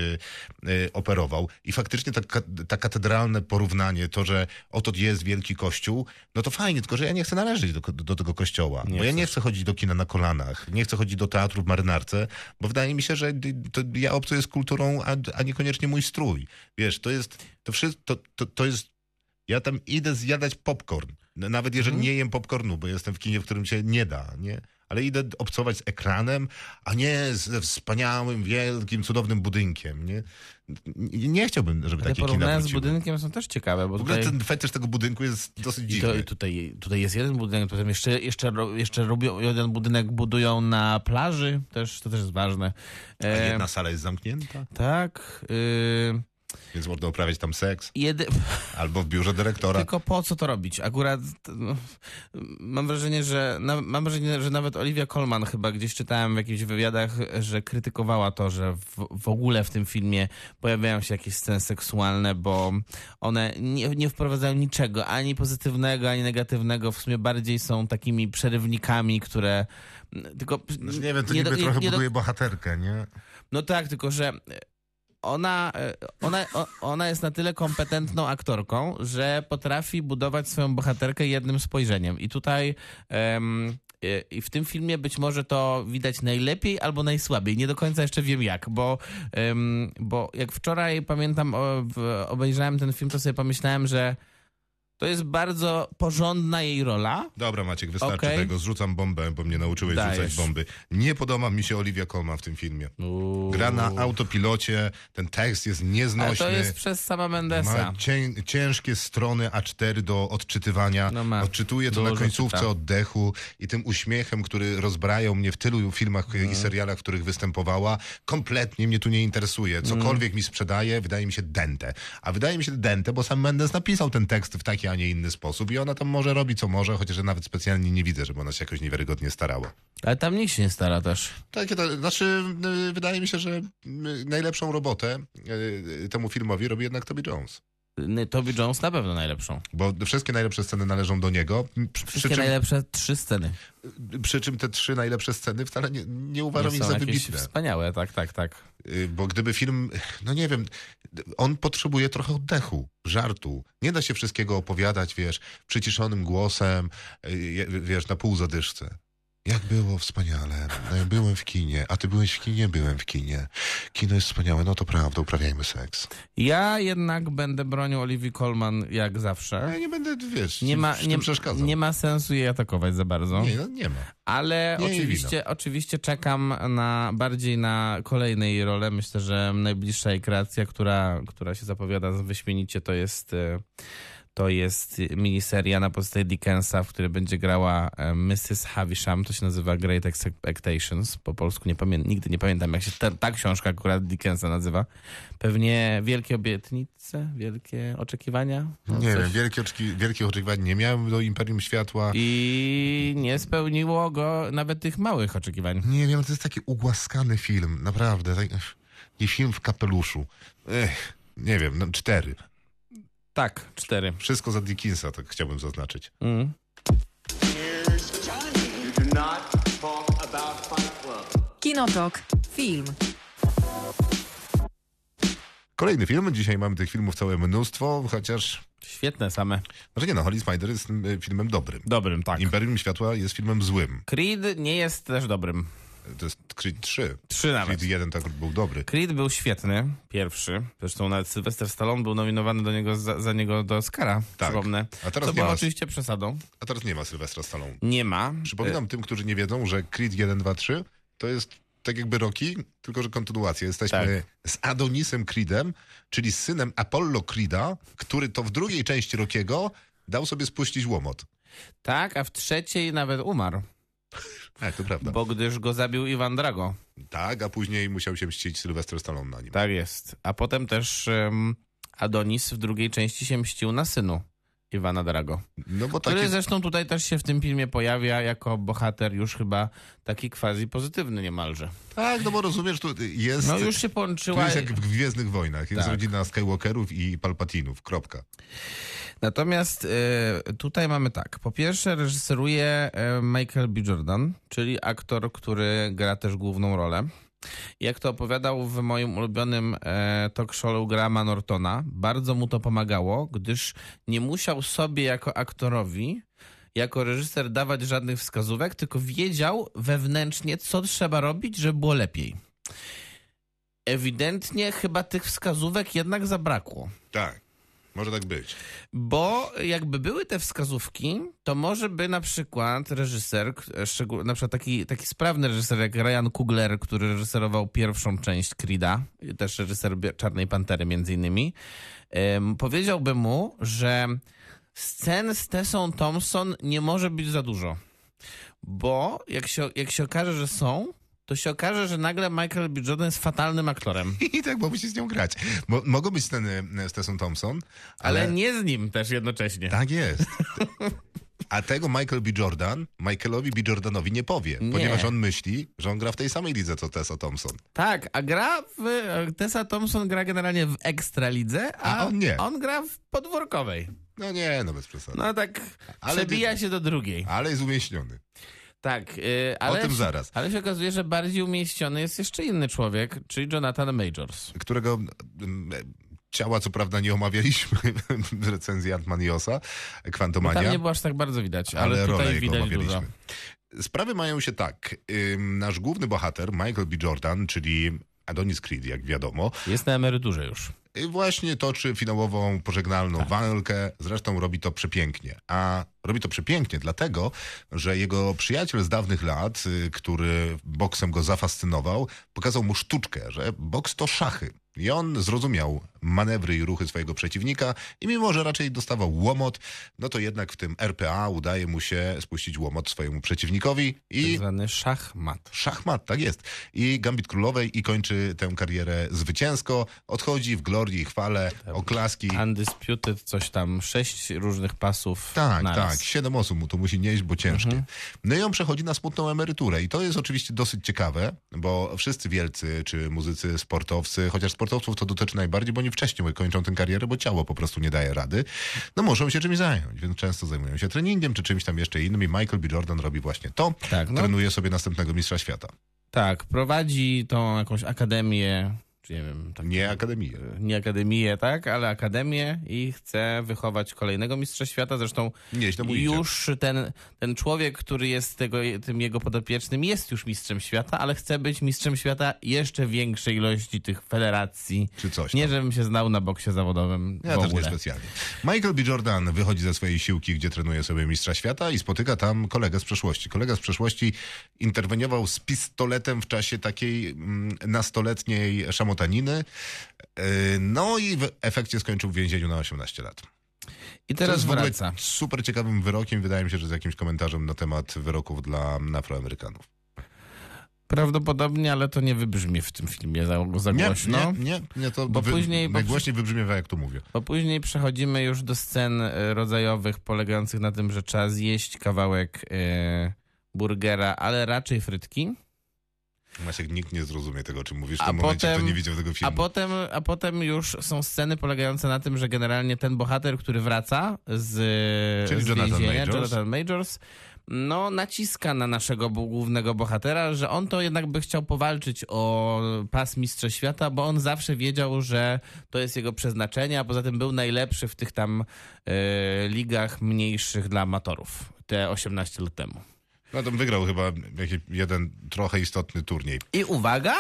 e, operował. I faktycznie ta, ka- ta katedralne porównanie, to, że oto jest wielki kościół, no to fajnie, tylko że ja nie chcę należeć do, do tego kościoła, Nie bo ja nie chcesz. chcę chodzić do kina na kolanach, nie chcę chodzić do teatru w marynarce, bo wydaje mi się, że to ja obcuję z kulturą, a, a niekoniecznie mój strój. Wiesz, to jest, to wszystko, to, to, to jest, ja tam idę zjadać popcorn, nawet jeżeli Mhm. nie jem popcornu, bo jestem w kinie, w którym się nie da, nie? Ale idę obcować z ekranem, a nie ze wspaniałym, wielkim, cudownym budynkiem, nie? Nie, nie chciałbym, żeby Te takie kina porównania z wróciły. budynkiem są też ciekawe, bo W ogóle tutaj... ten fetysz tego budynku jest dosyć I dziwny. to, tutaj, tutaj jest jeden budynek, potem jeszcze, jeszcze, ro- jeszcze robią, jeden budynek budują na plaży, też, to też jest ważne. A E, jedna sala jest zamknięta? tak. y, Więc można uprawiać tam seks. Jedy... Albo w biurze dyrektora. Tylko po co to robić? Akurat no, mam wrażenie, że na, mam wrażenie, że nawet Olivia Colman chyba gdzieś czytałem w jakichś wywiadach, że krytykowała to, że w, w ogóle w tym filmie pojawiają się jakieś sceny seksualne, bo one nie, nie wprowadzają niczego, ani pozytywnego, ani negatywnego. W sumie bardziej są takimi przerywnikami, które tylko... Znaczy, nie wiem, to nie niby do- nie- trochę nie do- buduje bohaterkę, nie? No tak, tylko że ona, ona, ona jest na tyle kompetentną aktorką, że potrafi budować swoją bohaterkę jednym spojrzeniem. I tutaj em, i w tym filmie być może to widać najlepiej albo najsłabiej. Nie do końca jeszcze wiem jak, bo, em, bo jak wczoraj pamiętam, o, w, obejrzałem ten film, to sobie pomyślałem, że to jest bardzo porządna jej rola. Dobra, Maciek, wystarczy Okej. tego. Zrzucam bombę, bo mnie nauczyłeś Dajesz. rzucać bomby. Nie podoba mi się Olivia Colman w tym filmie. Uuu. Gra na autopilocie, ten tekst jest Ale nieznośny. to jest przez sama Mendesa. Ma cię, ciężkie strony A cztery do odczytywania. No ma. Odczytuję to na Dużo końcówce czyta. oddechu i tym uśmiechem, który rozbrajał mnie w tylu filmach Mhm. i serialach, w których występowała, kompletnie mnie tu nie interesuje. Cokolwiek Mhm. mi sprzedaje, wydaje mi się dęte. A wydaje mi się dęte, bo sam Mendes napisał ten tekst w taki, a nie inny sposób i ona tam może robi co może, chociaż ja nawet specjalnie nie widzę, żeby ona się jakoś niewiarygodnie starała. Ale tam nikt się nie stara też. Takie to, znaczy, y, wydaje mi się, że y, najlepszą robotę y, temu filmowi robi jednak Toby Jones. N- Toby Jones na pewno najlepszą. Bo wszystkie najlepsze sceny należą do niego. Przy, przy, Wszystkie czym, najlepsze trzy sceny. przy czym te trzy najlepsze sceny wcale nie, nie uważam Nie ich są za jakieś wybitne. wspaniałe, tak, tak, tak. Y, Bo gdyby film, no nie wiem, on potrzebuje trochę oddechu, żartu. Nie da się wszystkiego opowiadać, wiesz, przyciszonym głosem, y, wiesz, na pół zadyszce. Jak było wspaniale. No, byłem w kinie. A ty byłeś w kinie? Byłem w kinie. Kino jest wspaniałe. No to prawda, uprawiajmy seks. Ja jednak będę bronił Olivii Colman jak zawsze. Ja nie będę, wiesz, Nie ma, w nie, tym przeszkadzał. nie ma sensu jej atakować za bardzo. Nie, no, nie ma. Ale Nie jej oczywiście, oczywiście czekam na bardziej na kolejne jej role. Myślę, że najbliższa jej kreacja, która, która się zapowiada wyśmienicie, to jest, e, to jest miniseria na podstawie Dickensa, w której będzie grała e, missus Havisham. To się nazywa Great Expectations. Po polsku nie pamię- nigdy nie pamiętam, jak się ta, ta książka akurat Dickensa nazywa. Pewnie Wielkie Obietnice, Wielkie Oczekiwania? No, Nie coś. wiem, wielkie, oczeki- wielkie oczekiwania nie miałem do Imperium Światła. I nie spełniło go nawet tych małych oczekiwań. Nie wiem, to jest taki ugłaskany film, naprawdę. Tak, nie film w kapeluszu. Ech, nie wiem, no cztery. Tak, cztery. Wszystko za Dickensa, tak chciałbym zaznaczyć. Mm. You do not talk about Fight Club. Kinotok. Film. Kolejny film. Dzisiaj mamy tych filmów całe mnóstwo, chociaż... Świetne same. Znaczy nie no, Holy Spider jest y, filmem dobrym. Dobrym, tak. Imperium Światła jest filmem złym. Creed nie jest też dobrym. To jest Creed trzy. Trzy nawet. Creed jeden tak był dobry. Creed był świetny, pierwszy. Zresztą nawet Sylvester Stallone był nominowany do niego za, za niego do Oscara, Tak. przypomnę. A teraz Co nie było ma- oczywiście przesadą. A teraz nie ma Sylwestra Stallone. Nie ma. Przypominam tym, którzy nie wiedzą, że Creed jeden, dwa, trzy to jest tak jakby Rocky, tylko że kontynuacja. Jesteśmy z Adonisem Creedem, czyli z synem Apollo Creeda, który to w drugiej części Rockiego dał sobie spuścić łomot. Tak, a w trzeciej nawet umarł, Tak, to prawda. bo gdyż go zabił Ivan Drago. Tak, a później musiał się mścić Sylwester Stallone na nim. Tak jest. A potem też um, Adonis w drugiej części się mścił na synu Iwana Drago. No bo Który takie... zresztą tutaj też się w tym filmie pojawia jako bohater już chyba taki quasi pozytywny niemalże. Tak, no bo rozumiesz, tu jest... No już się Tu połączyła. jest jak w Gwiezdnych Wojnach. Jest Tak. rodzina Skywalkerów i Palpatinów. Kropka. Natomiast y, tutaj mamy tak. Po pierwsze reżyseruje y, Michael B. Jordan, czyli aktor, który gra też główną rolę. Jak to opowiadał w moim ulubionym e, talk show Grahama Nortona, bardzo mu to pomagało, gdyż nie musiał sobie jako aktorowi, jako reżyser dawać żadnych wskazówek, tylko wiedział wewnętrznie, co trzeba robić, żeby było lepiej. Ewidentnie chyba tych wskazówek jednak zabrakło. Tak. Może tak być. Bo jakby były te wskazówki, to może by na przykład reżyser, szczegół- na przykład taki, taki sprawny reżyser jak Ryan Coogler, który reżyserował pierwszą część Creeda, też reżyser Bie- Czarnej Pantery między innymi, em, powiedziałby mu, że scen z Tessą Thompson nie może być za dużo. Bo jak się, jak się okaże, że są, to to się okaże, że nagle Michael B. Jordan jest fatalnym aktorem. I tak mogą się z nią grać. Mo- mogą być sceny z Tessą Thompson, ale... Ale nie z nim też jednocześnie. Tak jest. A tego Michael B. Jordan, Michaelowi B. Jordanowi nie powie, Nie. ponieważ on myśli, że on gra w tej samej lidze, co Tessa Thompson. Tak, a gra w... Tessa Thompson gra generalnie w ekstralidze, a, A on nie. On gra w podwórkowej. No nie, no bez przesady. No tak Ale przebija ty- się do drugiej. Ale jest umieśniony. Tak, yy, ale, O tym zaraz. ale się okazuje, że bardziej umieściony jest jeszcze inny człowiek, czyli Jonathan Majors. Którego mm, ciała co prawda nie omawialiśmy w recenzji Ant-Man i Osa, Bo Kwantomania. tam nie było aż tak bardzo widać, ale, ale rolę tutaj jego widać omawialiśmy. dużo. Sprawy mają się tak. Ym, nasz główny bohater, Michael B. Jordan, czyli Adonis Creed, jak wiadomo, Jest na emeryturze już. y, właśnie toczy finałową, pożegnalną Tak. walkę. Zresztą robi to przepięknie. A robi to przepięknie dlatego, że jego przyjaciel z dawnych lat, y, który boksem go zafascynował, pokazał mu sztuczkę, że boks to szachy. I on zrozumiał manewry i ruchy swojego przeciwnika i mimo, że raczej dostawał łomot, no to jednak w tym R P A udaje mu się spuścić łomot swojemu przeciwnikowi Tak i zwany szachmat. szachmat, tak jest. I Gambit Królowej i kończy tę karierę zwycięsko. Odchodzi w glorii i chwale, oklaski. Undisputed, coś tam, sześć różnych pasów Tak, naraz. tak. Siedem osób mu to musi nieść, bo ciężkie. Mhm. No i on przechodzi na smutną emeryturę. I to jest oczywiście dosyć ciekawe, bo wszyscy wielcy, czy muzycy, sportowcy, chociaż sportowców to dotyczy najbardziej, bo oni wcześniej kończą tę karierę, bo ciało po prostu nie daje rady, no muszą się czymś zająć, więc często zajmują się treningiem, czy czymś tam jeszcze innym i Michael B. Jordan robi właśnie to. Tak, no. Trenuje sobie następnego mistrza świata. Tak, prowadzi tą jakąś akademię, czy nie wiem, tak, Nie akademię. nie akademię, tak, ale akademię i chce wychować kolejnego mistrza świata. Zresztą Nieźle mu idzie. już ten, ten człowiek, który jest tego, tym jego podopiecznym, jest już mistrzem świata, ale chce być mistrzem świata jeszcze większej ilości tych federacji. Czy coś Nie, tam. żebym się znał na boksie zawodowym Ja w też nie ogóle. specjalnie. Michael B. Jordan wychodzi ze swojej siłki, gdzie trenuje sobie mistrza świata i spotyka tam kolegę z przeszłości. Kolega z przeszłości interweniował z pistoletem w czasie takiej mm, nastoletniej szamotaniny. Yy, no i w efekcie skończył w więzieniu na osiemnaście lat. I To teraz jest w ogóle wraca. super ciekawym wyrokiem. Wydaje mi się, że z jakimś komentarzem na temat wyroków dla Afroamerykanów. Prawdopodobnie, ale to nie wybrzmi w tym filmie za, za Nie, głośno. nie, nie, nie, to Bo wy, później- bo najgłośniej wybrzmiewa, jak to mówię. Bo później przechodzimy już do scen e, rodzajowych polegających na tym, że trzeba zjeść kawałek e, burgera, ale raczej frytki. Maciek, nikt nie zrozumie tego, o czym mówisz w A tym momencie, potem- kto nie widział tego filmu. A potem, a potem już są sceny polegające na tym, że generalnie ten bohater, który wraca z, Czyli z Jonathan więzienia, Majors. Jonathan Majors, no naciska na naszego bu- głównego bohatera, że on to jednak by chciał powalczyć o pas mistrza świata, bo on zawsze wiedział, że to jest jego przeznaczenie, a poza tym był najlepszy w tych tam e, ligach mniejszych dla amatorów, te osiemnaście lat temu. No to wygrał chyba jakiś jeden trochę istotny turniej. I uwaga,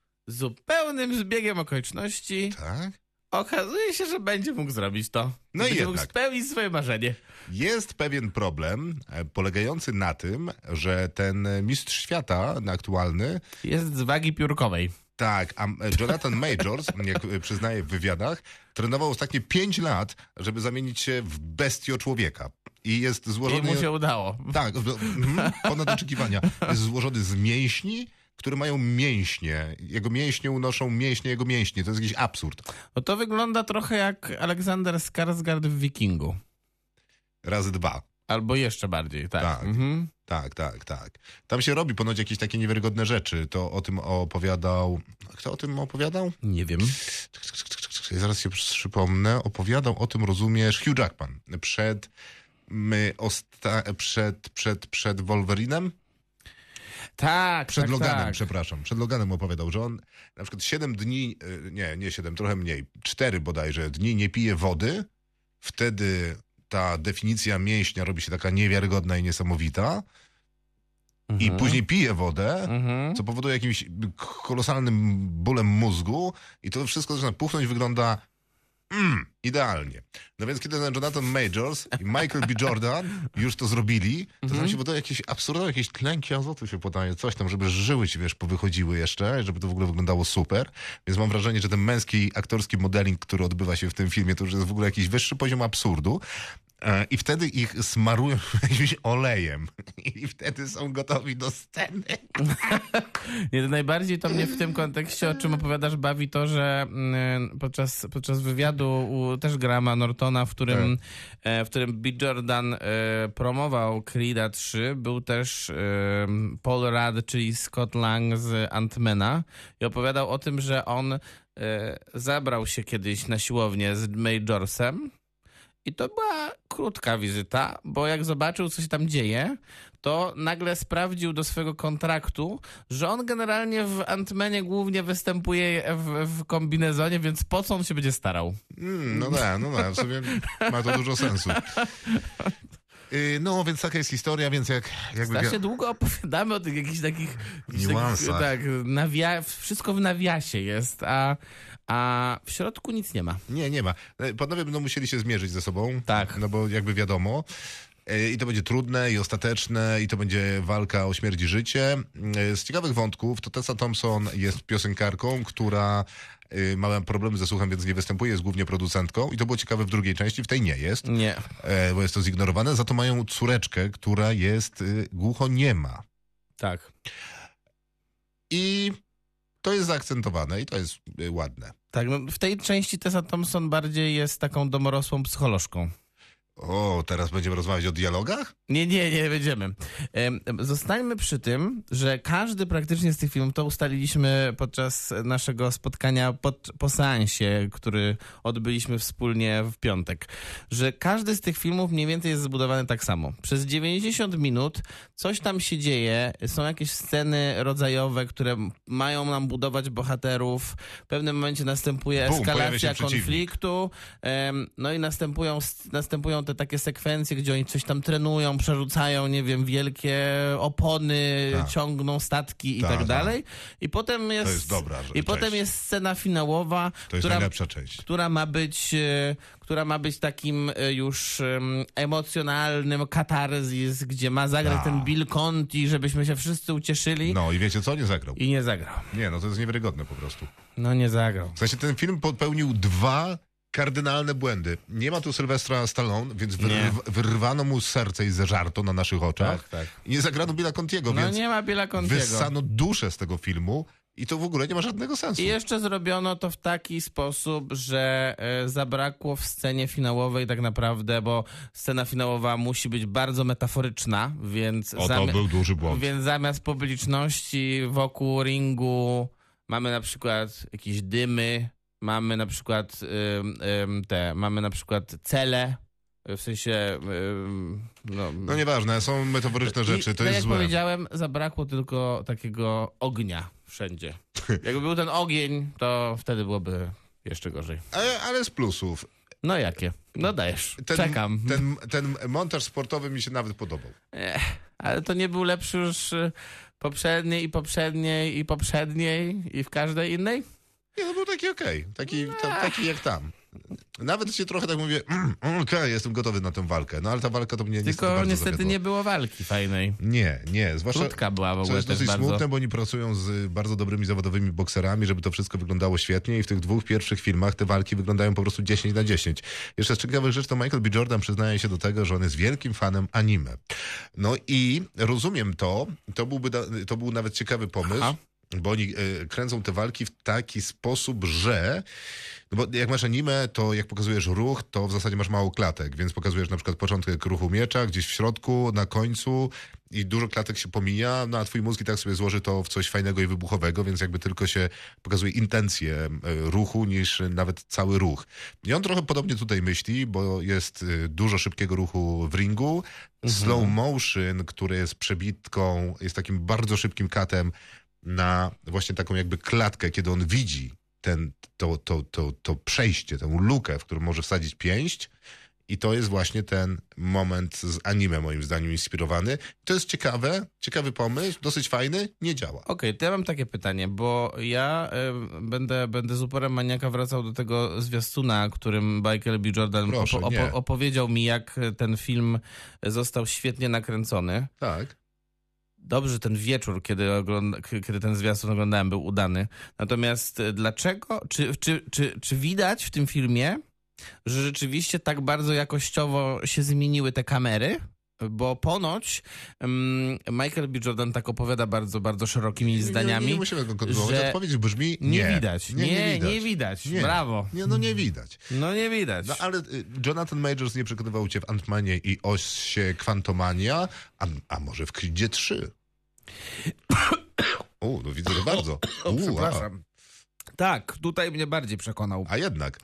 zupełnym zbiegiem okoliczności Tak? okazuje się, że będzie mógł zrobić to. No i będzie mógł jednak. spełnić swoje marzenie. Jest pewien problem e, polegający na tym, że ten mistrz świata aktualny, Jest z wagi piórkowej. tak, a e, Jonathan Majors, jak e, przyznaje w wywiadach, trenował ostatnie pięć lat, żeby zamienić się w bestio człowieka. I jest I złożony... mu się udało. Tak, w- mhm, ponad oczekiwania. Jest złożony z mięśni, które mają mięśnie. Jego mięśnie unoszą mięśnie jego mięśni. To jest jakiś absurd. No to wygląda trochę jak Aleksander Skarsgård w Wikingu. Razy dwa. Albo jeszcze bardziej, tak. Tak. Mhm. Tak, tak, tak. Tam się robi ponoć jakieś takie niewiarygodne rzeczy. To o tym opowiadał... Kto o tym opowiadał? Nie wiem. Ja zaraz się przypomnę. Opowiadał o tym, rozumiesz, Hugh Jackman. Przed... My osta- przed, przed, przed Wolverinem? Tak, Przed tak, Loganem, tak. przepraszam. Przed Loganem opowiadał, że on na przykład siedem dni, y, nie, nie siedem, trochę mniej, cztery bodajże dni nie pije wody. Wtedy ta definicja mięśnia robi się taka niewiarygodna i niesamowita. I Mhm. później pije wodę, Mhm. co powoduje jakimś kolosalnym bólem mózgu i to wszystko zaczyna puchnąć, wygląda mm, idealnie. No więc kiedy ten Jonathan Majors i Michael B. Jordan już to zrobili, to tam się podaje jakieś absurdalne, jakieś tlenki azotu się podaje, coś tam, żeby żyły ci, wiesz, powychodziły jeszcze, żeby to w ogóle wyglądało super. Więc mam wrażenie, że ten męski aktorski modeling, który odbywa się w tym filmie, to już jest w ogóle jakiś wyższy poziom absurdu. E, I wtedy ich smarują jakimś olejem. I wtedy są gotowi do sceny. Nie, to najbardziej to mnie w tym kontekście, o czym opowiadasz, bawi to, że mm, podczas, podczas wywiadu u też Grahama Nortona, w którym, e, w którym B. Jordan e, promował Creed'a trzy, był też e, Paul Rudd, czyli Scott Lang z Ant-Mana i opowiadał o tym, że on e, zabrał się kiedyś na siłownię z Majorsem. I to była krótka wizyta, bo jak zobaczył, co się tam dzieje, to nagle sprawdził do swojego kontraktu, że on generalnie w Ant-Manie głównie występuje w, w kombinezonie, więc po co on się będzie starał? Mm, no da, no da, w sumie ma to dużo sensu. Yy, no, więc taka jest historia, więc jak... jakby... Strasznie długo opowiadamy o tych jakichś takich... jakichś Niuansach. Takich, tak, nawia- wszystko w nawiasie jest, a, a w środku nic nie ma. Nie, nie ma. Panowie będą musieli się zmierzyć ze sobą. Tak. No bo jakby wiadomo. I to będzie trudne i ostateczne i to będzie walka o śmierć i życie. Z ciekawych wątków to Tessa Thompson jest piosenkarką, która ma problemy ze słuchem, więc nie występuje, jest głównie producentką i to było ciekawe w drugiej części, w tej nie jest. Nie. Bo jest to zignorowane. Za to mają córeczkę, która jest głuchoniema. Tak. I to jest zaakcentowane i to jest ładne. Tak, no w tej części Tessa Thompson bardziej jest taką domorosłą psycholożką. O, teraz będziemy rozmawiać o dialogach? Nie, nie, nie będziemy. Em, Zostańmy przy tym, że każdy praktycznie z tych filmów, to ustaliliśmy podczas naszego spotkania pod, po seansie, który odbyliśmy wspólnie w piątek, że każdy z tych filmów mniej więcej jest zbudowany tak samo. Przez dziewięćdziesiąt minut coś tam się dzieje, są jakieś sceny rodzajowe, które mają nam budować bohaterów, w pewnym momencie następuje Bum, pojawia eskalacja się przeciwnik. konfliktu, em, no i następują, następują te takie sekwencje, gdzie oni coś tam trenują, przerzucają, nie wiem, wielkie opony, Tak. ciągną statki i Tak, tak, tak. dalej. I potem jest, jest dobra rzecz. i potem jest scena finałowa, To jest która, najlepsza część. która ma być, e, która ma być takim e, już em, emocjonalnym katarzis, gdzie ma zagrać Tak. ten Bill Conti, żebyśmy się wszyscy ucieszyli. No i wiecie co? Nie zagrał. I nie zagrał. Nie, no to jest niewiarygodne po prostu. No nie zagrał. W sensie ten film popełnił dwa kardynalne błędy. Nie ma tu Sylwestra Stallone, więc Nie. wyrw- wyrwano mu serce i zeżarto na naszych oczach. Tak, tak. I nie zagrano Billa Contiego, No więc nie ma Billa Contiego. wyssano duszę z tego filmu i to w ogóle nie ma żadnego sensu. I jeszcze zrobiono to w taki sposób, że e, zabrakło w scenie finałowej tak naprawdę, bo scena finałowa musi być bardzo metaforyczna, więc, O, to zami- był duży błąd. więc zamiast publiczności wokół ringu mamy na przykład jakieś dymy, mamy na przykład ym, ym, te, mamy na przykład cele, w sensie ym, no, No nieważne, są metaforyczne rzeczy, I, to tak jest jak złe. powiedziałem, zabrakło tylko takiego ognia wszędzie. Jakby był ten ogień, to wtedy byłoby jeszcze gorzej. Ale, ale z plusów. No jakie? No dajesz. Ten, Czekam. Ten, ten montaż sportowy mi się nawet podobał. Ech, ale to nie był lepszy już y, poprzedniej i poprzedniej i poprzedniej i w każdej innej? Nie, no był taki okej, taki, ta, taki jak tam. Nawet się trochę tak mówię, mm, okej, okay, jestem gotowy na tę walkę, no ale ta walka to mnie niestety Tylko bardzo niestety zawiodła. nie było walki fajnej. Nie, nie, zwłaszcza... Krótka była w Co ogóle jest też dosyć bardzo. smutne, bo oni pracują z bardzo dobrymi zawodowymi bokserami, żeby to wszystko wyglądało świetnie i w tych dwóch pierwszych filmach te walki wyglądają po prostu dziesięć na dziesięć. Jeszcze z ciekawych rzeczy to Michael B. Jordan przyznaje się do tego, że on jest wielkim fanem anime. No i rozumiem to, to, byłby, da- to był nawet ciekawy pomysł, Aha. bo oni e, kręcą te walki w taki sposób, że no bo jak masz anime, to jak pokazujesz ruch, to w zasadzie masz mało klatek, więc pokazujesz na przykład początek ruchu miecza, gdzieś w środku, na końcu i dużo klatek się pomija, no a twój mózg i tak sobie złoży to w coś fajnego i wybuchowego, więc jakby tylko się pokazuje intencję e, ruchu niż nawet cały ruch. I on trochę podobnie tutaj myśli, bo jest e, dużo szybkiego ruchu w ringu, slow motion, który jest przebitką, jest takim bardzo szybkim katem na właśnie taką jakby klatkę, kiedy on widzi ten, to, to, to, to przejście, tę lukę, w którą może wsadzić pięść i to jest właśnie ten moment z anime moim zdaniem inspirowany. To jest ciekawe, ciekawy pomysł, dosyć fajny, nie działa. Okej, to ja mam takie pytanie, bo ja y, będę, będę z uporem maniaka wracał do tego zwiastuna, którym Michael B. Jordan Proszę, opo- nie. opo- opowiedział mi, jak ten film został świetnie nakręcony. Tak. Dobrze, ten wieczór, kiedy, ogląda, k- kiedy ten zwiastun oglądałem, był udany. Natomiast y, dlaczego, czy, czy, czy, czy widać w tym filmie, że rzeczywiście tak bardzo jakościowo się zmieniły te kamery, bo ponoć um, Michael B. Jordan tak opowiada bardzo, bardzo szerokimi zdaniami. Nie, nie musimy go kontynuować. że Odpowiedź brzmi nie. Nie widać. Nie, nie, nie widać. Nie widać. Nie. Brawo. Nie, no nie widać. No nie widać. No ale y, Jonathan Majors nie przekonywał cię w Ant-Manie i Osie Quantumania, a, a może w Creedzie trzy? U, no widzę, że bardzo. O, U, przepraszam. Tak, tutaj mnie bardziej przekonał. A, a jednak.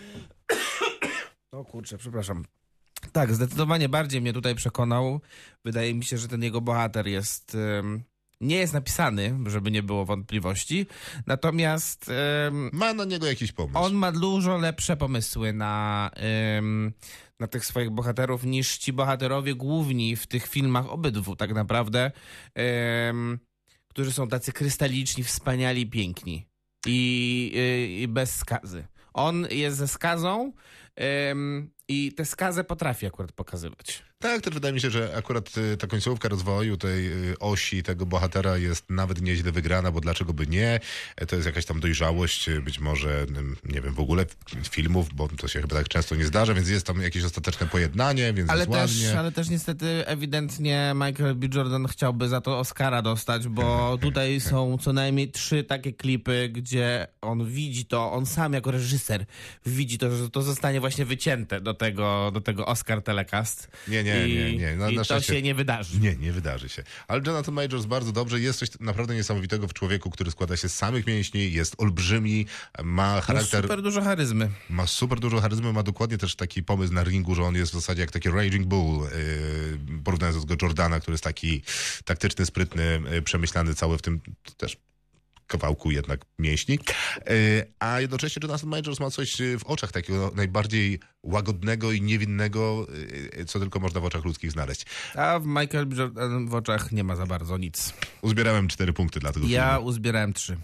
O kurczę, przepraszam. Tak, zdecydowanie bardziej mnie tutaj przekonał. Wydaje mi się, że ten jego bohater jest... Um, nie jest napisany, żeby nie było wątpliwości. Natomiast... Um, ma na niego jakiś pomysł. On ma dużo lepsze pomysły na, um, na tych swoich bohaterów niż ci bohaterowie główni w tych filmach obydwu tak naprawdę, um, którzy są tacy krystaliczni, wspaniali, piękni i, i, i bez skazy. On jest ze skazą um, i tę skazę potrafi akurat pokazywać. Tak, też wydaje mi się, że akurat y, ta końcówka rozwoju tej y, osi tego bohatera jest nawet nieźle wygrana, bo dlaczego by nie? E, to jest jakaś tam dojrzałość, y, być może, y, nie wiem, w ogóle filmów, bo to się chyba tak często nie zdarza, więc jest tam jakieś ostateczne pojednanie, więc ale jest też, ładnie. ale też niestety ewidentnie Michael B. Jordan chciałby za to Oscara dostać, bo tutaj są co najmniej trzy takie klipy, gdzie on widzi to, on sam jako reżyser widzi to, że to zostanie właśnie wycięte do tego, do tego Oscar Telecast. Nie, nie, I, nie, nie. Na, i na to szczęście... się nie wydarzy. Nie, nie wydarzy się. Ale Jonathan Majors bardzo dobrze. Jest coś naprawdę niesamowitego w człowieku, który składa się z samych mięśni, jest olbrzymi, ma charakter... Ma super dużo charyzmy. Ma super dużo charyzmy, ma dokładnie też taki pomysł na ringu, że on jest w zasadzie jak taki Raging Bull, yy, porównując do Jordana, który jest taki taktyczny, sprytny, yy, przemyślany cały w tym też kawałku jednak mięśni. Yy, a jednocześnie Jonathan Majors ma coś w oczach takiego najbardziej łagodnego i niewinnego, yy, co tylko można w oczach ludzkich znaleźć. A w Michael B. Jordan w oczach nie ma za bardzo nic. Uzbierałem cztery punkty dla tego Ja filmu. uzbierałem trzy.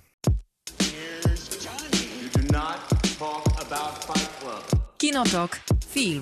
You do not talk about Fight Club. Kinotok. Film.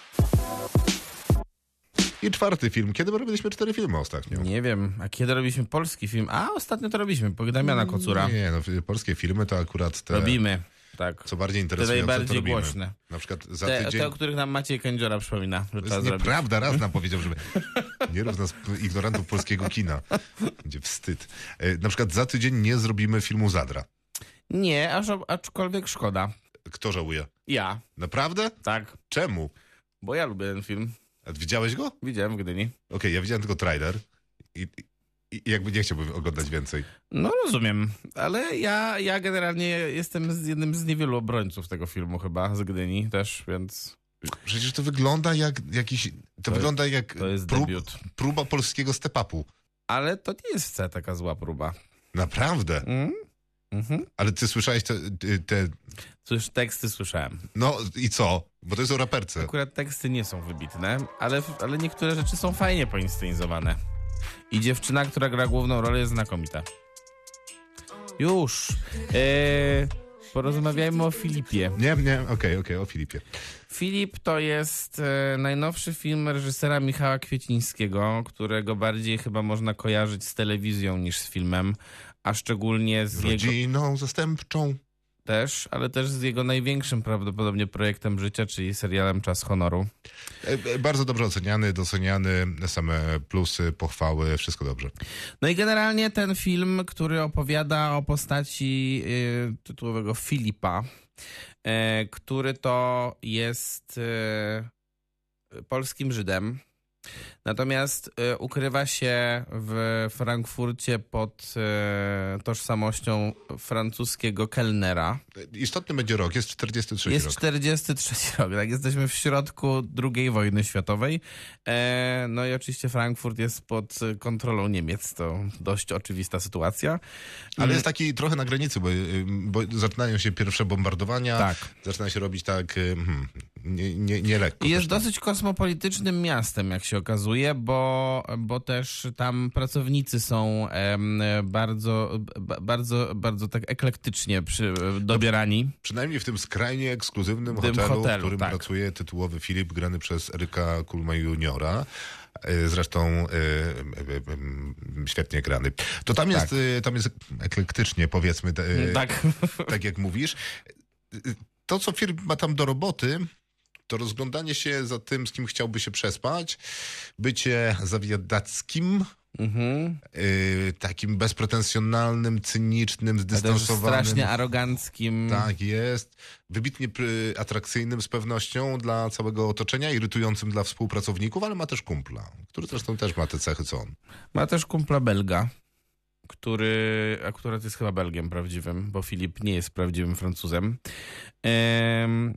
I czwarty film. Kiedy my robiliśmy cztery filmy ostatnio? Nie wiem, a kiedy robiliśmy polski film? A, ostatnio to robiliśmy, po Damiana Kocura. Nie, no polskie filmy to akurat te... Robimy, tak. Co bardziej Te interesujące, to najbardziej robimy. głośne. Na przykład za Te, tydzień... te, o których nam Maciej Kędziora przypomina, że To trzeba jest zrobić. nieprawda, raz nam powiedział, żeby nie rób z nas ignorantów polskiego kina. Będzie wstyd. E, Na przykład za tydzień nie zrobimy filmu Zadra. Nie, aż, aczkolwiek szkoda. Kto żałuje? Ja, Naprawdę? tak, Czemu? bo ja lubię ten film. A widziałeś go? Okej, Widziałem w Gdyni. ja widziałem tylko trailer i, i, i jakby nie chciałbym oglądać więcej. No rozumiem, ale ja, ja generalnie jestem z jednym z niewielu obrońców tego filmu chyba, z Gdyni też, więc Przecież to wygląda jak jakiś... To, To wygląda jak to jest prób, debiut. próba polskiego step-upu. Ale to nie jest wcale taka zła próba. Naprawdę. Mm? Mhm. Ale ty słyszałeś te, te... Cóż, teksty słyszałem. No i co? Bo to jest o raperce. Akurat teksty nie są wybitne, ale, ale niektóre rzeczy są fajnie poinscenizowane. I dziewczyna, która gra główną rolę, jest znakomita. Już. Eee, porozmawiajmy o Filipie. Nie, nie, okej, okay, okej, okay, o Filipie. Filip to jest e, najnowszy film reżysera Michała Kwiecińskiego, którego bardziej chyba można kojarzyć z telewizją niż z filmem, a szczególnie z jego... Rodziną zastępczą. Też, ale też z jego największym prawdopodobnie projektem życia, czyli serialem Czas Honoru. E, Bardzo dobrze oceniany, doceniany, same plusy, pochwały, wszystko dobrze. No i generalnie ten film, który opowiada o postaci y, tytułowego Filipa, y, który to jest y, polskim Żydem. Natomiast y, ukrywa się w Frankfurcie pod y, tożsamością francuskiego kelnera. Istotny będzie rok, jest czterdziesty trzeci Jest rok. czterdziesty trzeci rok, tak? Jesteśmy w środku drugiej wojny światowej. E, no i oczywiście Frankfurt jest pod kontrolą Niemiec. To dość oczywista sytuacja. Ale jest taki trochę na granicy, bo, bo zaczynają się pierwsze bombardowania. Tak. Zaczyna się robić tak hmm, nie, nie, nie lekko. I jest też tam. dosyć kosmopolitycznym miastem, jak się okazuje, bo, bo też tam pracownicy są em, bardzo, ba, bardzo, bardzo tak eklektycznie przy, dobierani. Przynajmniej w tym skrajnie ekskluzywnym Tym hotelu, hotelu, w którym tak. pracuje tytułowy Filip, grany przez Eryka Kulma juniora. E, Zresztą e, e, e, świetnie grany. To tam jest, Tak. e, tam jest eklektycznie, powiedzmy, e, Tak. tak jak mówisz. To, co Filip ma tam do roboty, to rozglądanie się za tym, z kim chciałby się przespać, bycie zawiadackim, Mhm. yy, takim bezpretensjonalnym, cynicznym, Ale też zdystansowanym. strasznie aroganckim. Tak jest. Wybitnie pry- atrakcyjnym z pewnością dla całego otoczenia, irytującym dla współpracowników, ale ma też kumpla, który zresztą też ma te cechy, co on. Ma też kumpla Belga, który akurat jest chyba Belgiem prawdziwym, bo Filip nie jest prawdziwym Francuzem. Ym,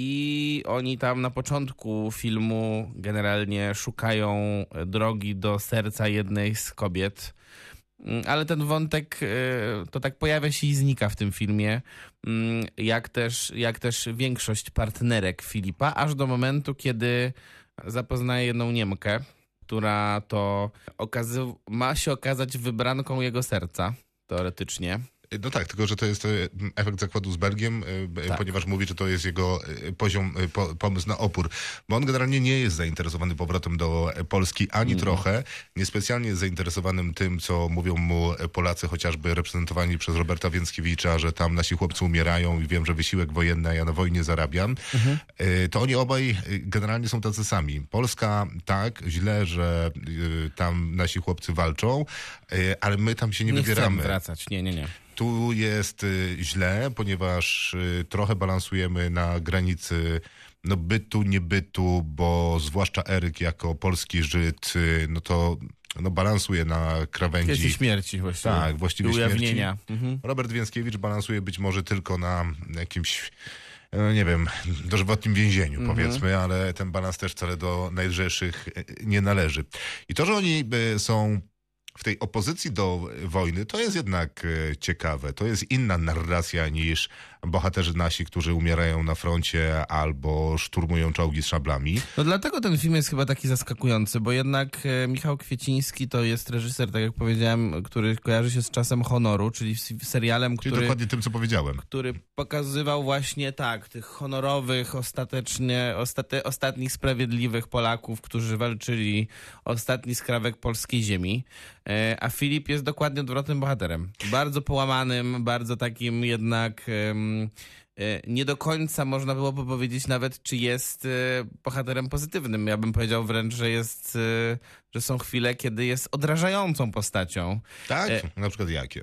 I oni tam na początku filmu generalnie szukają drogi do serca jednej z kobiet. Ym, Ale ten wątek y, to tak pojawia się i znika w tym filmie, Ym, jak też, jak też większość partnerek Filipa, aż do momentu, kiedy zapoznaje jedną Niemkę, która to okazy- ma się okazać wybranką jego serca, teoretycznie. No tak, tylko że to jest e, efekt zakładu z Belgiem, e, Tak. ponieważ mówi, że to jest jego e, poziom, e, po, pomysł na opór. Bo on generalnie nie jest zainteresowany powrotem do e, Polski ani Mm. trochę. Niespecjalnie jest zainteresowanym tym, co mówią mu e, Polacy, chociażby reprezentowani przez Roberta Więckiewicza, że tam nasi chłopcy umierają i wiem, że wysiłek wojenny, a ja na wojnie zarabiam. Mhm. E, To oni obaj e, generalnie są tacy sami. Polska tak, źle, że e, tam nasi chłopcy walczą, e, ale my tam się nie, Nie wybieramy. chcemy wracać, nie, nie, nie. Tu jest y, źle, ponieważ y, trochę balansujemy na granicy no, bytu, niebytu, bo zwłaszcza Eryk jako polski Żyd, y, no to no, balansuje na krawędzi. Jest i śmierci właściwie. Tak, właściwie I ujawnienia. Mhm. Robert Więckiewicz balansuje być może tylko na jakimś, no, nie wiem, dożywotnim więzieniu, Mhm. powiedzmy, ale ten balans też wcale do najlżejszych y, nie należy. I to, że oni y, są w tej opozycji do wojny, to jest jednak e, ciekawe. To jest inna narracja niż bohaterzy nasi, którzy umierają na froncie albo szturmują czołgi z szablami. No dlatego ten film jest chyba taki zaskakujący, bo jednak e, Michał Kwieciński to jest reżyser, tak jak powiedziałem, który kojarzy się z Czasem Honoru, czyli s- serialem, Czyli który... dokładnie tym, co powiedziałem. który pokazywał właśnie tak, tych honorowych, ostatecznie, ostate, ostatnich sprawiedliwych Polaków, którzy walczyli o ostatni skrawek polskiej ziemi. E, A Filip jest dokładnie odwrotnym bohaterem. Bardzo połamanym, bardzo takim jednak em, e, nie do końca można byłoby powiedzieć nawet, czy jest e, bohaterem pozytywnym. Ja bym powiedział wręcz, że jest, e, że są chwile, kiedy jest odrażającą postacią. Tak? E- Na przykład jakie?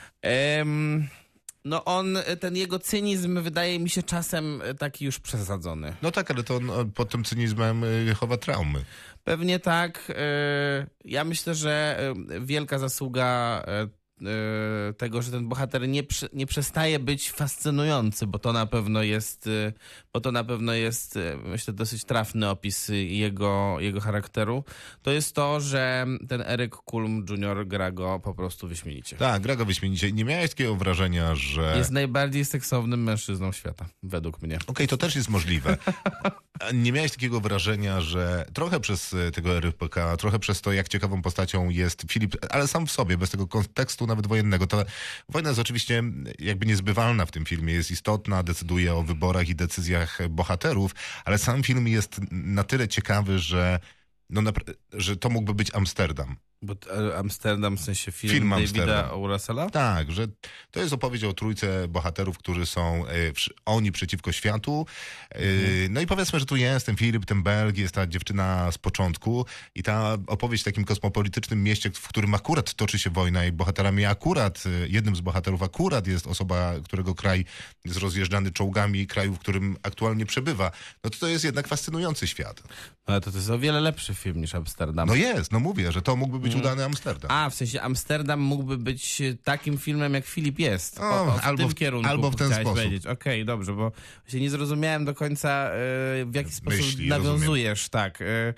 Em, No on, ten jego cynizm wydaje mi się czasem taki już przesadzony. No tak, ale to on, on pod tym cynizmem y, chowa traumy. Pewnie tak. e, Ja myślę, że e, wielka zasługa e, e, tego, że ten bohater nie, prze- nie przestaje być fascynujący, bo to na pewno jest, e, bo to na pewno jest, e, myślę, dosyć trafny opis jego, jego charakteru. To jest to, że ten Eryk Kulm junior gra go po prostu wyśmienicie. Tak, gra go wyśmienicie. Nie miałeś takiego wrażenia, że... Jest najbardziej seksownym mężczyzną świata, według mnie. Okej, to też jest możliwe. A nie miałeś takiego wrażenia, że trochę przez e, tego R P K, trochę przez to, jak ciekawą postacią jest Filip, ale sam w sobie, bez tego kontekstu nawet wojennego. Ta wojna jest oczywiście jakby niezbywalna w tym filmie, jest istotna, decyduje o wyborach i decyzjach bohaterów, ale sam film jest na tyle ciekawy, że, no, napra- że to mógłby być Amsterdam. Bo e, Amsterdam, w sensie film, Film Davida Amsterdam. O. Russella? Tak, że to jest opowieść o trójce bohaterów, którzy są e, wsz- oni przeciwko światu. E, No i powiedzmy, że tu jest ten Filip, ten Belg, jest ta dziewczyna z początku i ta opowieść w takim kosmopolitycznym mieście, w którym akurat toczy się wojna i bohaterami akurat, e, jednym z bohaterów akurat jest osoba, którego kraj jest rozjeżdżany czołgami, kraju, w którym aktualnie przebywa. No to to jest jednak fascynujący świat. Ale to, to jest o wiele lepszy film niż Amsterdam. No jest, no mówię, że to mógłby być udany Amsterdam. A, w sensie Amsterdam mógłby być takim filmem, jak Filip jest. O, O, o, w albo tym w- kierunku albo w ten chciałeś sposób. powiedzieć. Okej, dobrze, bo się nie zrozumiałem do końca, e, w jaki sposób Myśli, nawiązujesz. Tak. e.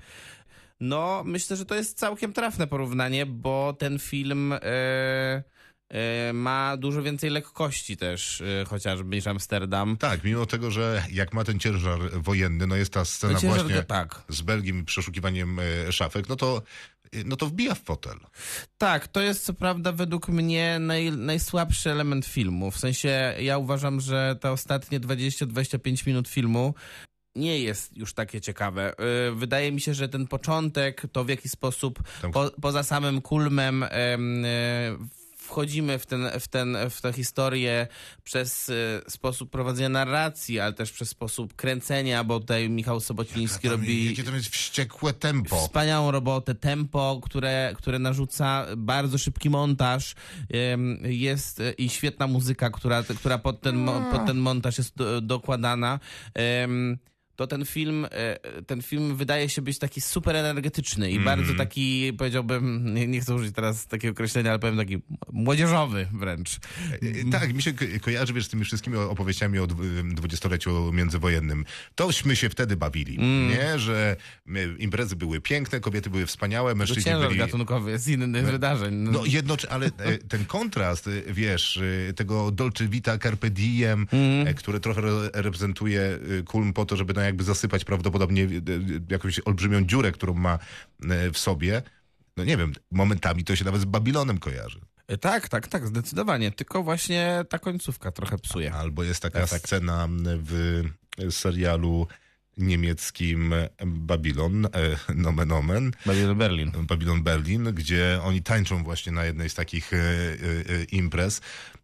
No, myślę, że to jest całkiem trafne porównanie, bo ten film... E, e, ma dużo więcej lekkości też, e, chociażby niż Amsterdam. Tak, mimo tego, że jak ma ten ciężar wojenny, no jest ta scena No ciężar właśnie go- tak. z Belgiem i przeszukiwaniem e, szafek, no to, no to wbija w fotel. Tak, to jest co prawda według mnie naj, najsłabszy element filmu. W sensie ja uważam, że te ostatnie dwadzieścia do dwudziestu pięciu minut filmu nie jest już takie ciekawe. Yy, Wydaje mi się, że ten początek, to w jaki sposób Tam- po, poza samym Kulmem em, e, wchodzimy w, ten, w, ten, w tę historię przez y, sposób prowadzenia narracji, ale też przez sposób kręcenia, bo tutaj Michał Sobociński Tam, robi Jakie to jest wściekłe tempo. wspaniałą robotę, tempo, które, które narzuca, bardzo szybki montaż, ym, jest y, i świetna muzyka, która, która pod, ten, mo- pod ten montaż jest do, dokładana. Ym, to ten film, ten film wydaje się być taki super energetyczny i mm. bardzo taki, powiedziałbym, nie, nie chcę użyć teraz takiego określenia, ale powiem taki młodzieżowy wręcz. Tak, mi się ko- kojarzy, wiesz, z tymi wszystkimi opowieściami o dwu- dwudziestoleciu międzywojennym. Tośmy się wtedy bawili, mm. nie? Że imprezy były piękne, kobiety były wspaniałe, mężczyźni ciężar byli... gatunkowy jest innych wydarzeń. No, no jednocześnie, ale ten kontrast, wiesz, tego Dolce Vita Carpe Diem, mm. które trochę reprezentuje Kulm po to, żeby no jakby zasypać prawdopodobnie jakąś olbrzymią dziurę, którą ma w sobie. No nie wiem, momentami to się nawet z Babilonem kojarzy. Tak, tak, tak, zdecydowanie. Tylko właśnie ta końcówka trochę psuje. Albo jest taka tak, tak. scena w serialu niemieckim Babylon, nomen omen. Babylon Berlin. Babylon Berlin, gdzie oni tańczą właśnie na jednej z takich e, e, imprez.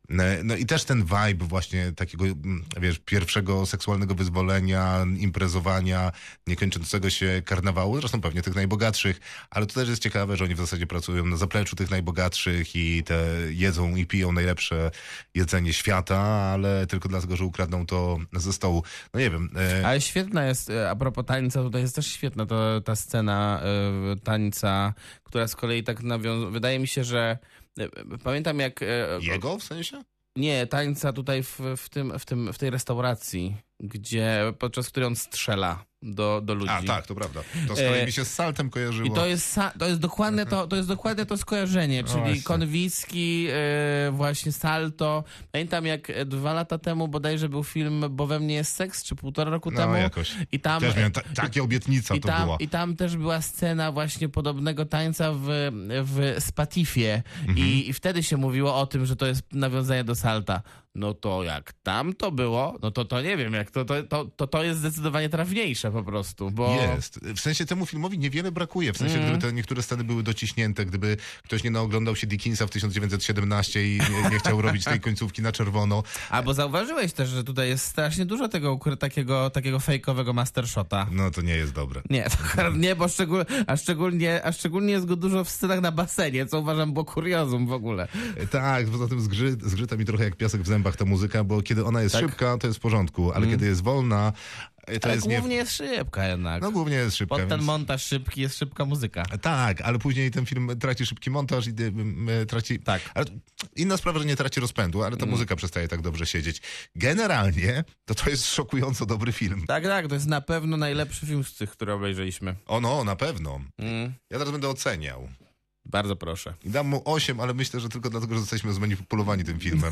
No i też ten vibe właśnie takiego, wiesz, pierwszego seksualnego wyzwolenia, imprezowania, niekończącego się karnawału, zresztą pewnie tych najbogatszych, ale to też jest ciekawe, że oni w zasadzie pracują na zapleczu tych najbogatszych i te jedzą i piją najlepsze jedzenie świata, ale tylko dlatego, że ukradną to ze stołu. No nie wiem. E... Ale świetna jest, a propos tańca, tutaj jest też świetna to, ta scena y, tańca, która z kolei tak nawiązuje, wydaje mi się, że pamiętam jak... Jego w sensie? Nie, tańca tutaj w, w, tym, w, tym, w tej restauracji, gdzie podczas której on strzela do, do ludzi. A, tak, to prawda. To z kolei mi się z Saltem kojarzyło. I to jest, to jest, dokładne, to, to jest dokładnie to skojarzenie, czyli właśnie. Konwicki, yy, właśnie Salto. Pamiętam jak dwa lata temu bodajże był film Bo we mnie jest seks, czy półtora roku no, temu. jakoś. I tam, też miałem ta, takie obietnica i to tam, była. I tam też była scena właśnie podobnego tańca w, w Spatifie. Mhm. I, I wtedy się mówiło o tym, że to jest nawiązanie do Salta. No to jak tam to było, no to to nie wiem, jak to, to, to, to, to jest zdecydowanie trafniejsze po prostu, bo... Jest. W sensie temu filmowi niewiele brakuje. W sensie, mm. gdyby te niektóre sceny były dociśnięte, gdyby ktoś nie naoglądał się Dickinsa w tysiąc dziewięćset siedemnaście i nie, nie chciał robić tej końcówki na czerwono. Albo zauważyłeś też, że tutaj jest strasznie dużo tego ukry- takiego, takiego fejkowego mastershota. No to nie jest dobre. Nie, to, nie, bo szczegól, a, szczególnie, a szczególnie jest go dużo w scenach na basenie, co uważam było kuriozum w ogóle. Tak, poza tym zgrzy, zgrzyta mi trochę jak piasek w zębach ta muzyka, bo kiedy ona jest tak? szybka, to jest w porządku, ale Mm. kiedy jest wolna, to ale jest głównie nie... jest szybka jednak. No głównie jest szybka. Pod ten więc... montaż szybki jest szybka muzyka. Tak, ale później ten film traci szybki montaż i y, traci... Tak. Ale inna sprawa, że nie traci rozpędu, ale ta Mm. muzyka przestaje tak dobrze siedzieć. Generalnie to to jest szokująco dobry film. Tak, tak, to jest na pewno najlepszy film z tych, które obejrzeliśmy. O no, na pewno. Mm. Ja teraz będę oceniał. Bardzo proszę. I dam mu osiem, ale myślę, że tylko dlatego, że zostaliśmy zmanipulowani tym filmem.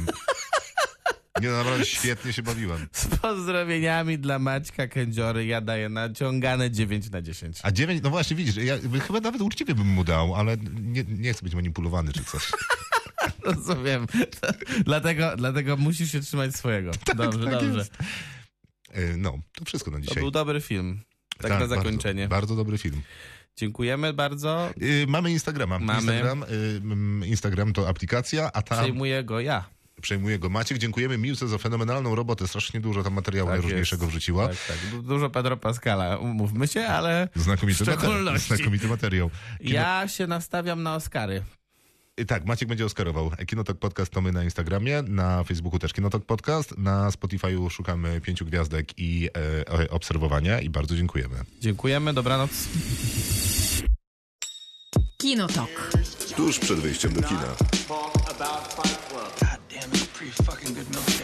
Nie, no, naprawdę świetnie się bawiłem. Z pozdrowieniami dla Maćka Kędziory ja daję naciągane dziewięć na dziesięć. A dziewięć, no właśnie widzisz, ja chyba nawet uczciwie bym mu dał, ale nie, nie chcę być manipulowany czy coś. Rozumiem. dlatego, dlatego musisz się trzymać swojego. Tak, dobrze, tak dobrze. jest. No, to wszystko na To dzisiaj. był dobry film. Tak, Tak, na zakończenie. Bardzo, bardzo dobry film. Dziękujemy bardzo. Yy, mamy Instagrama. Mamy. Instagram, yy, Instagram to aplikacja, a tam Przejmuję go ja. przejmuje go Maciek. Dziękujemy Miłce za fenomenalną robotę. Strasznie dużo tam materiału Tak najróżniejszego jest. wrzuciła. Tak, tak. Du- Dużo Pedro Pascala, umówmy się, ale Znakomity, w szczególności. mater- znakomity materiał. Kino... Ja się nastawiam na Oscary. Yy, Tak, Maciek będzie oscarował. Kinotok Podcast to my na Instagramie, na Facebooku też Kinotok Podcast, na Spotify'u szukamy pięciu gwiazdek i e, obserwowania i bardzo dziękujemy. Dziękujemy, dobranoc. Kinotok. Tuż przed wyjściem do kina. Talk about Fight Club. God damn, it's pretty fucking good milk.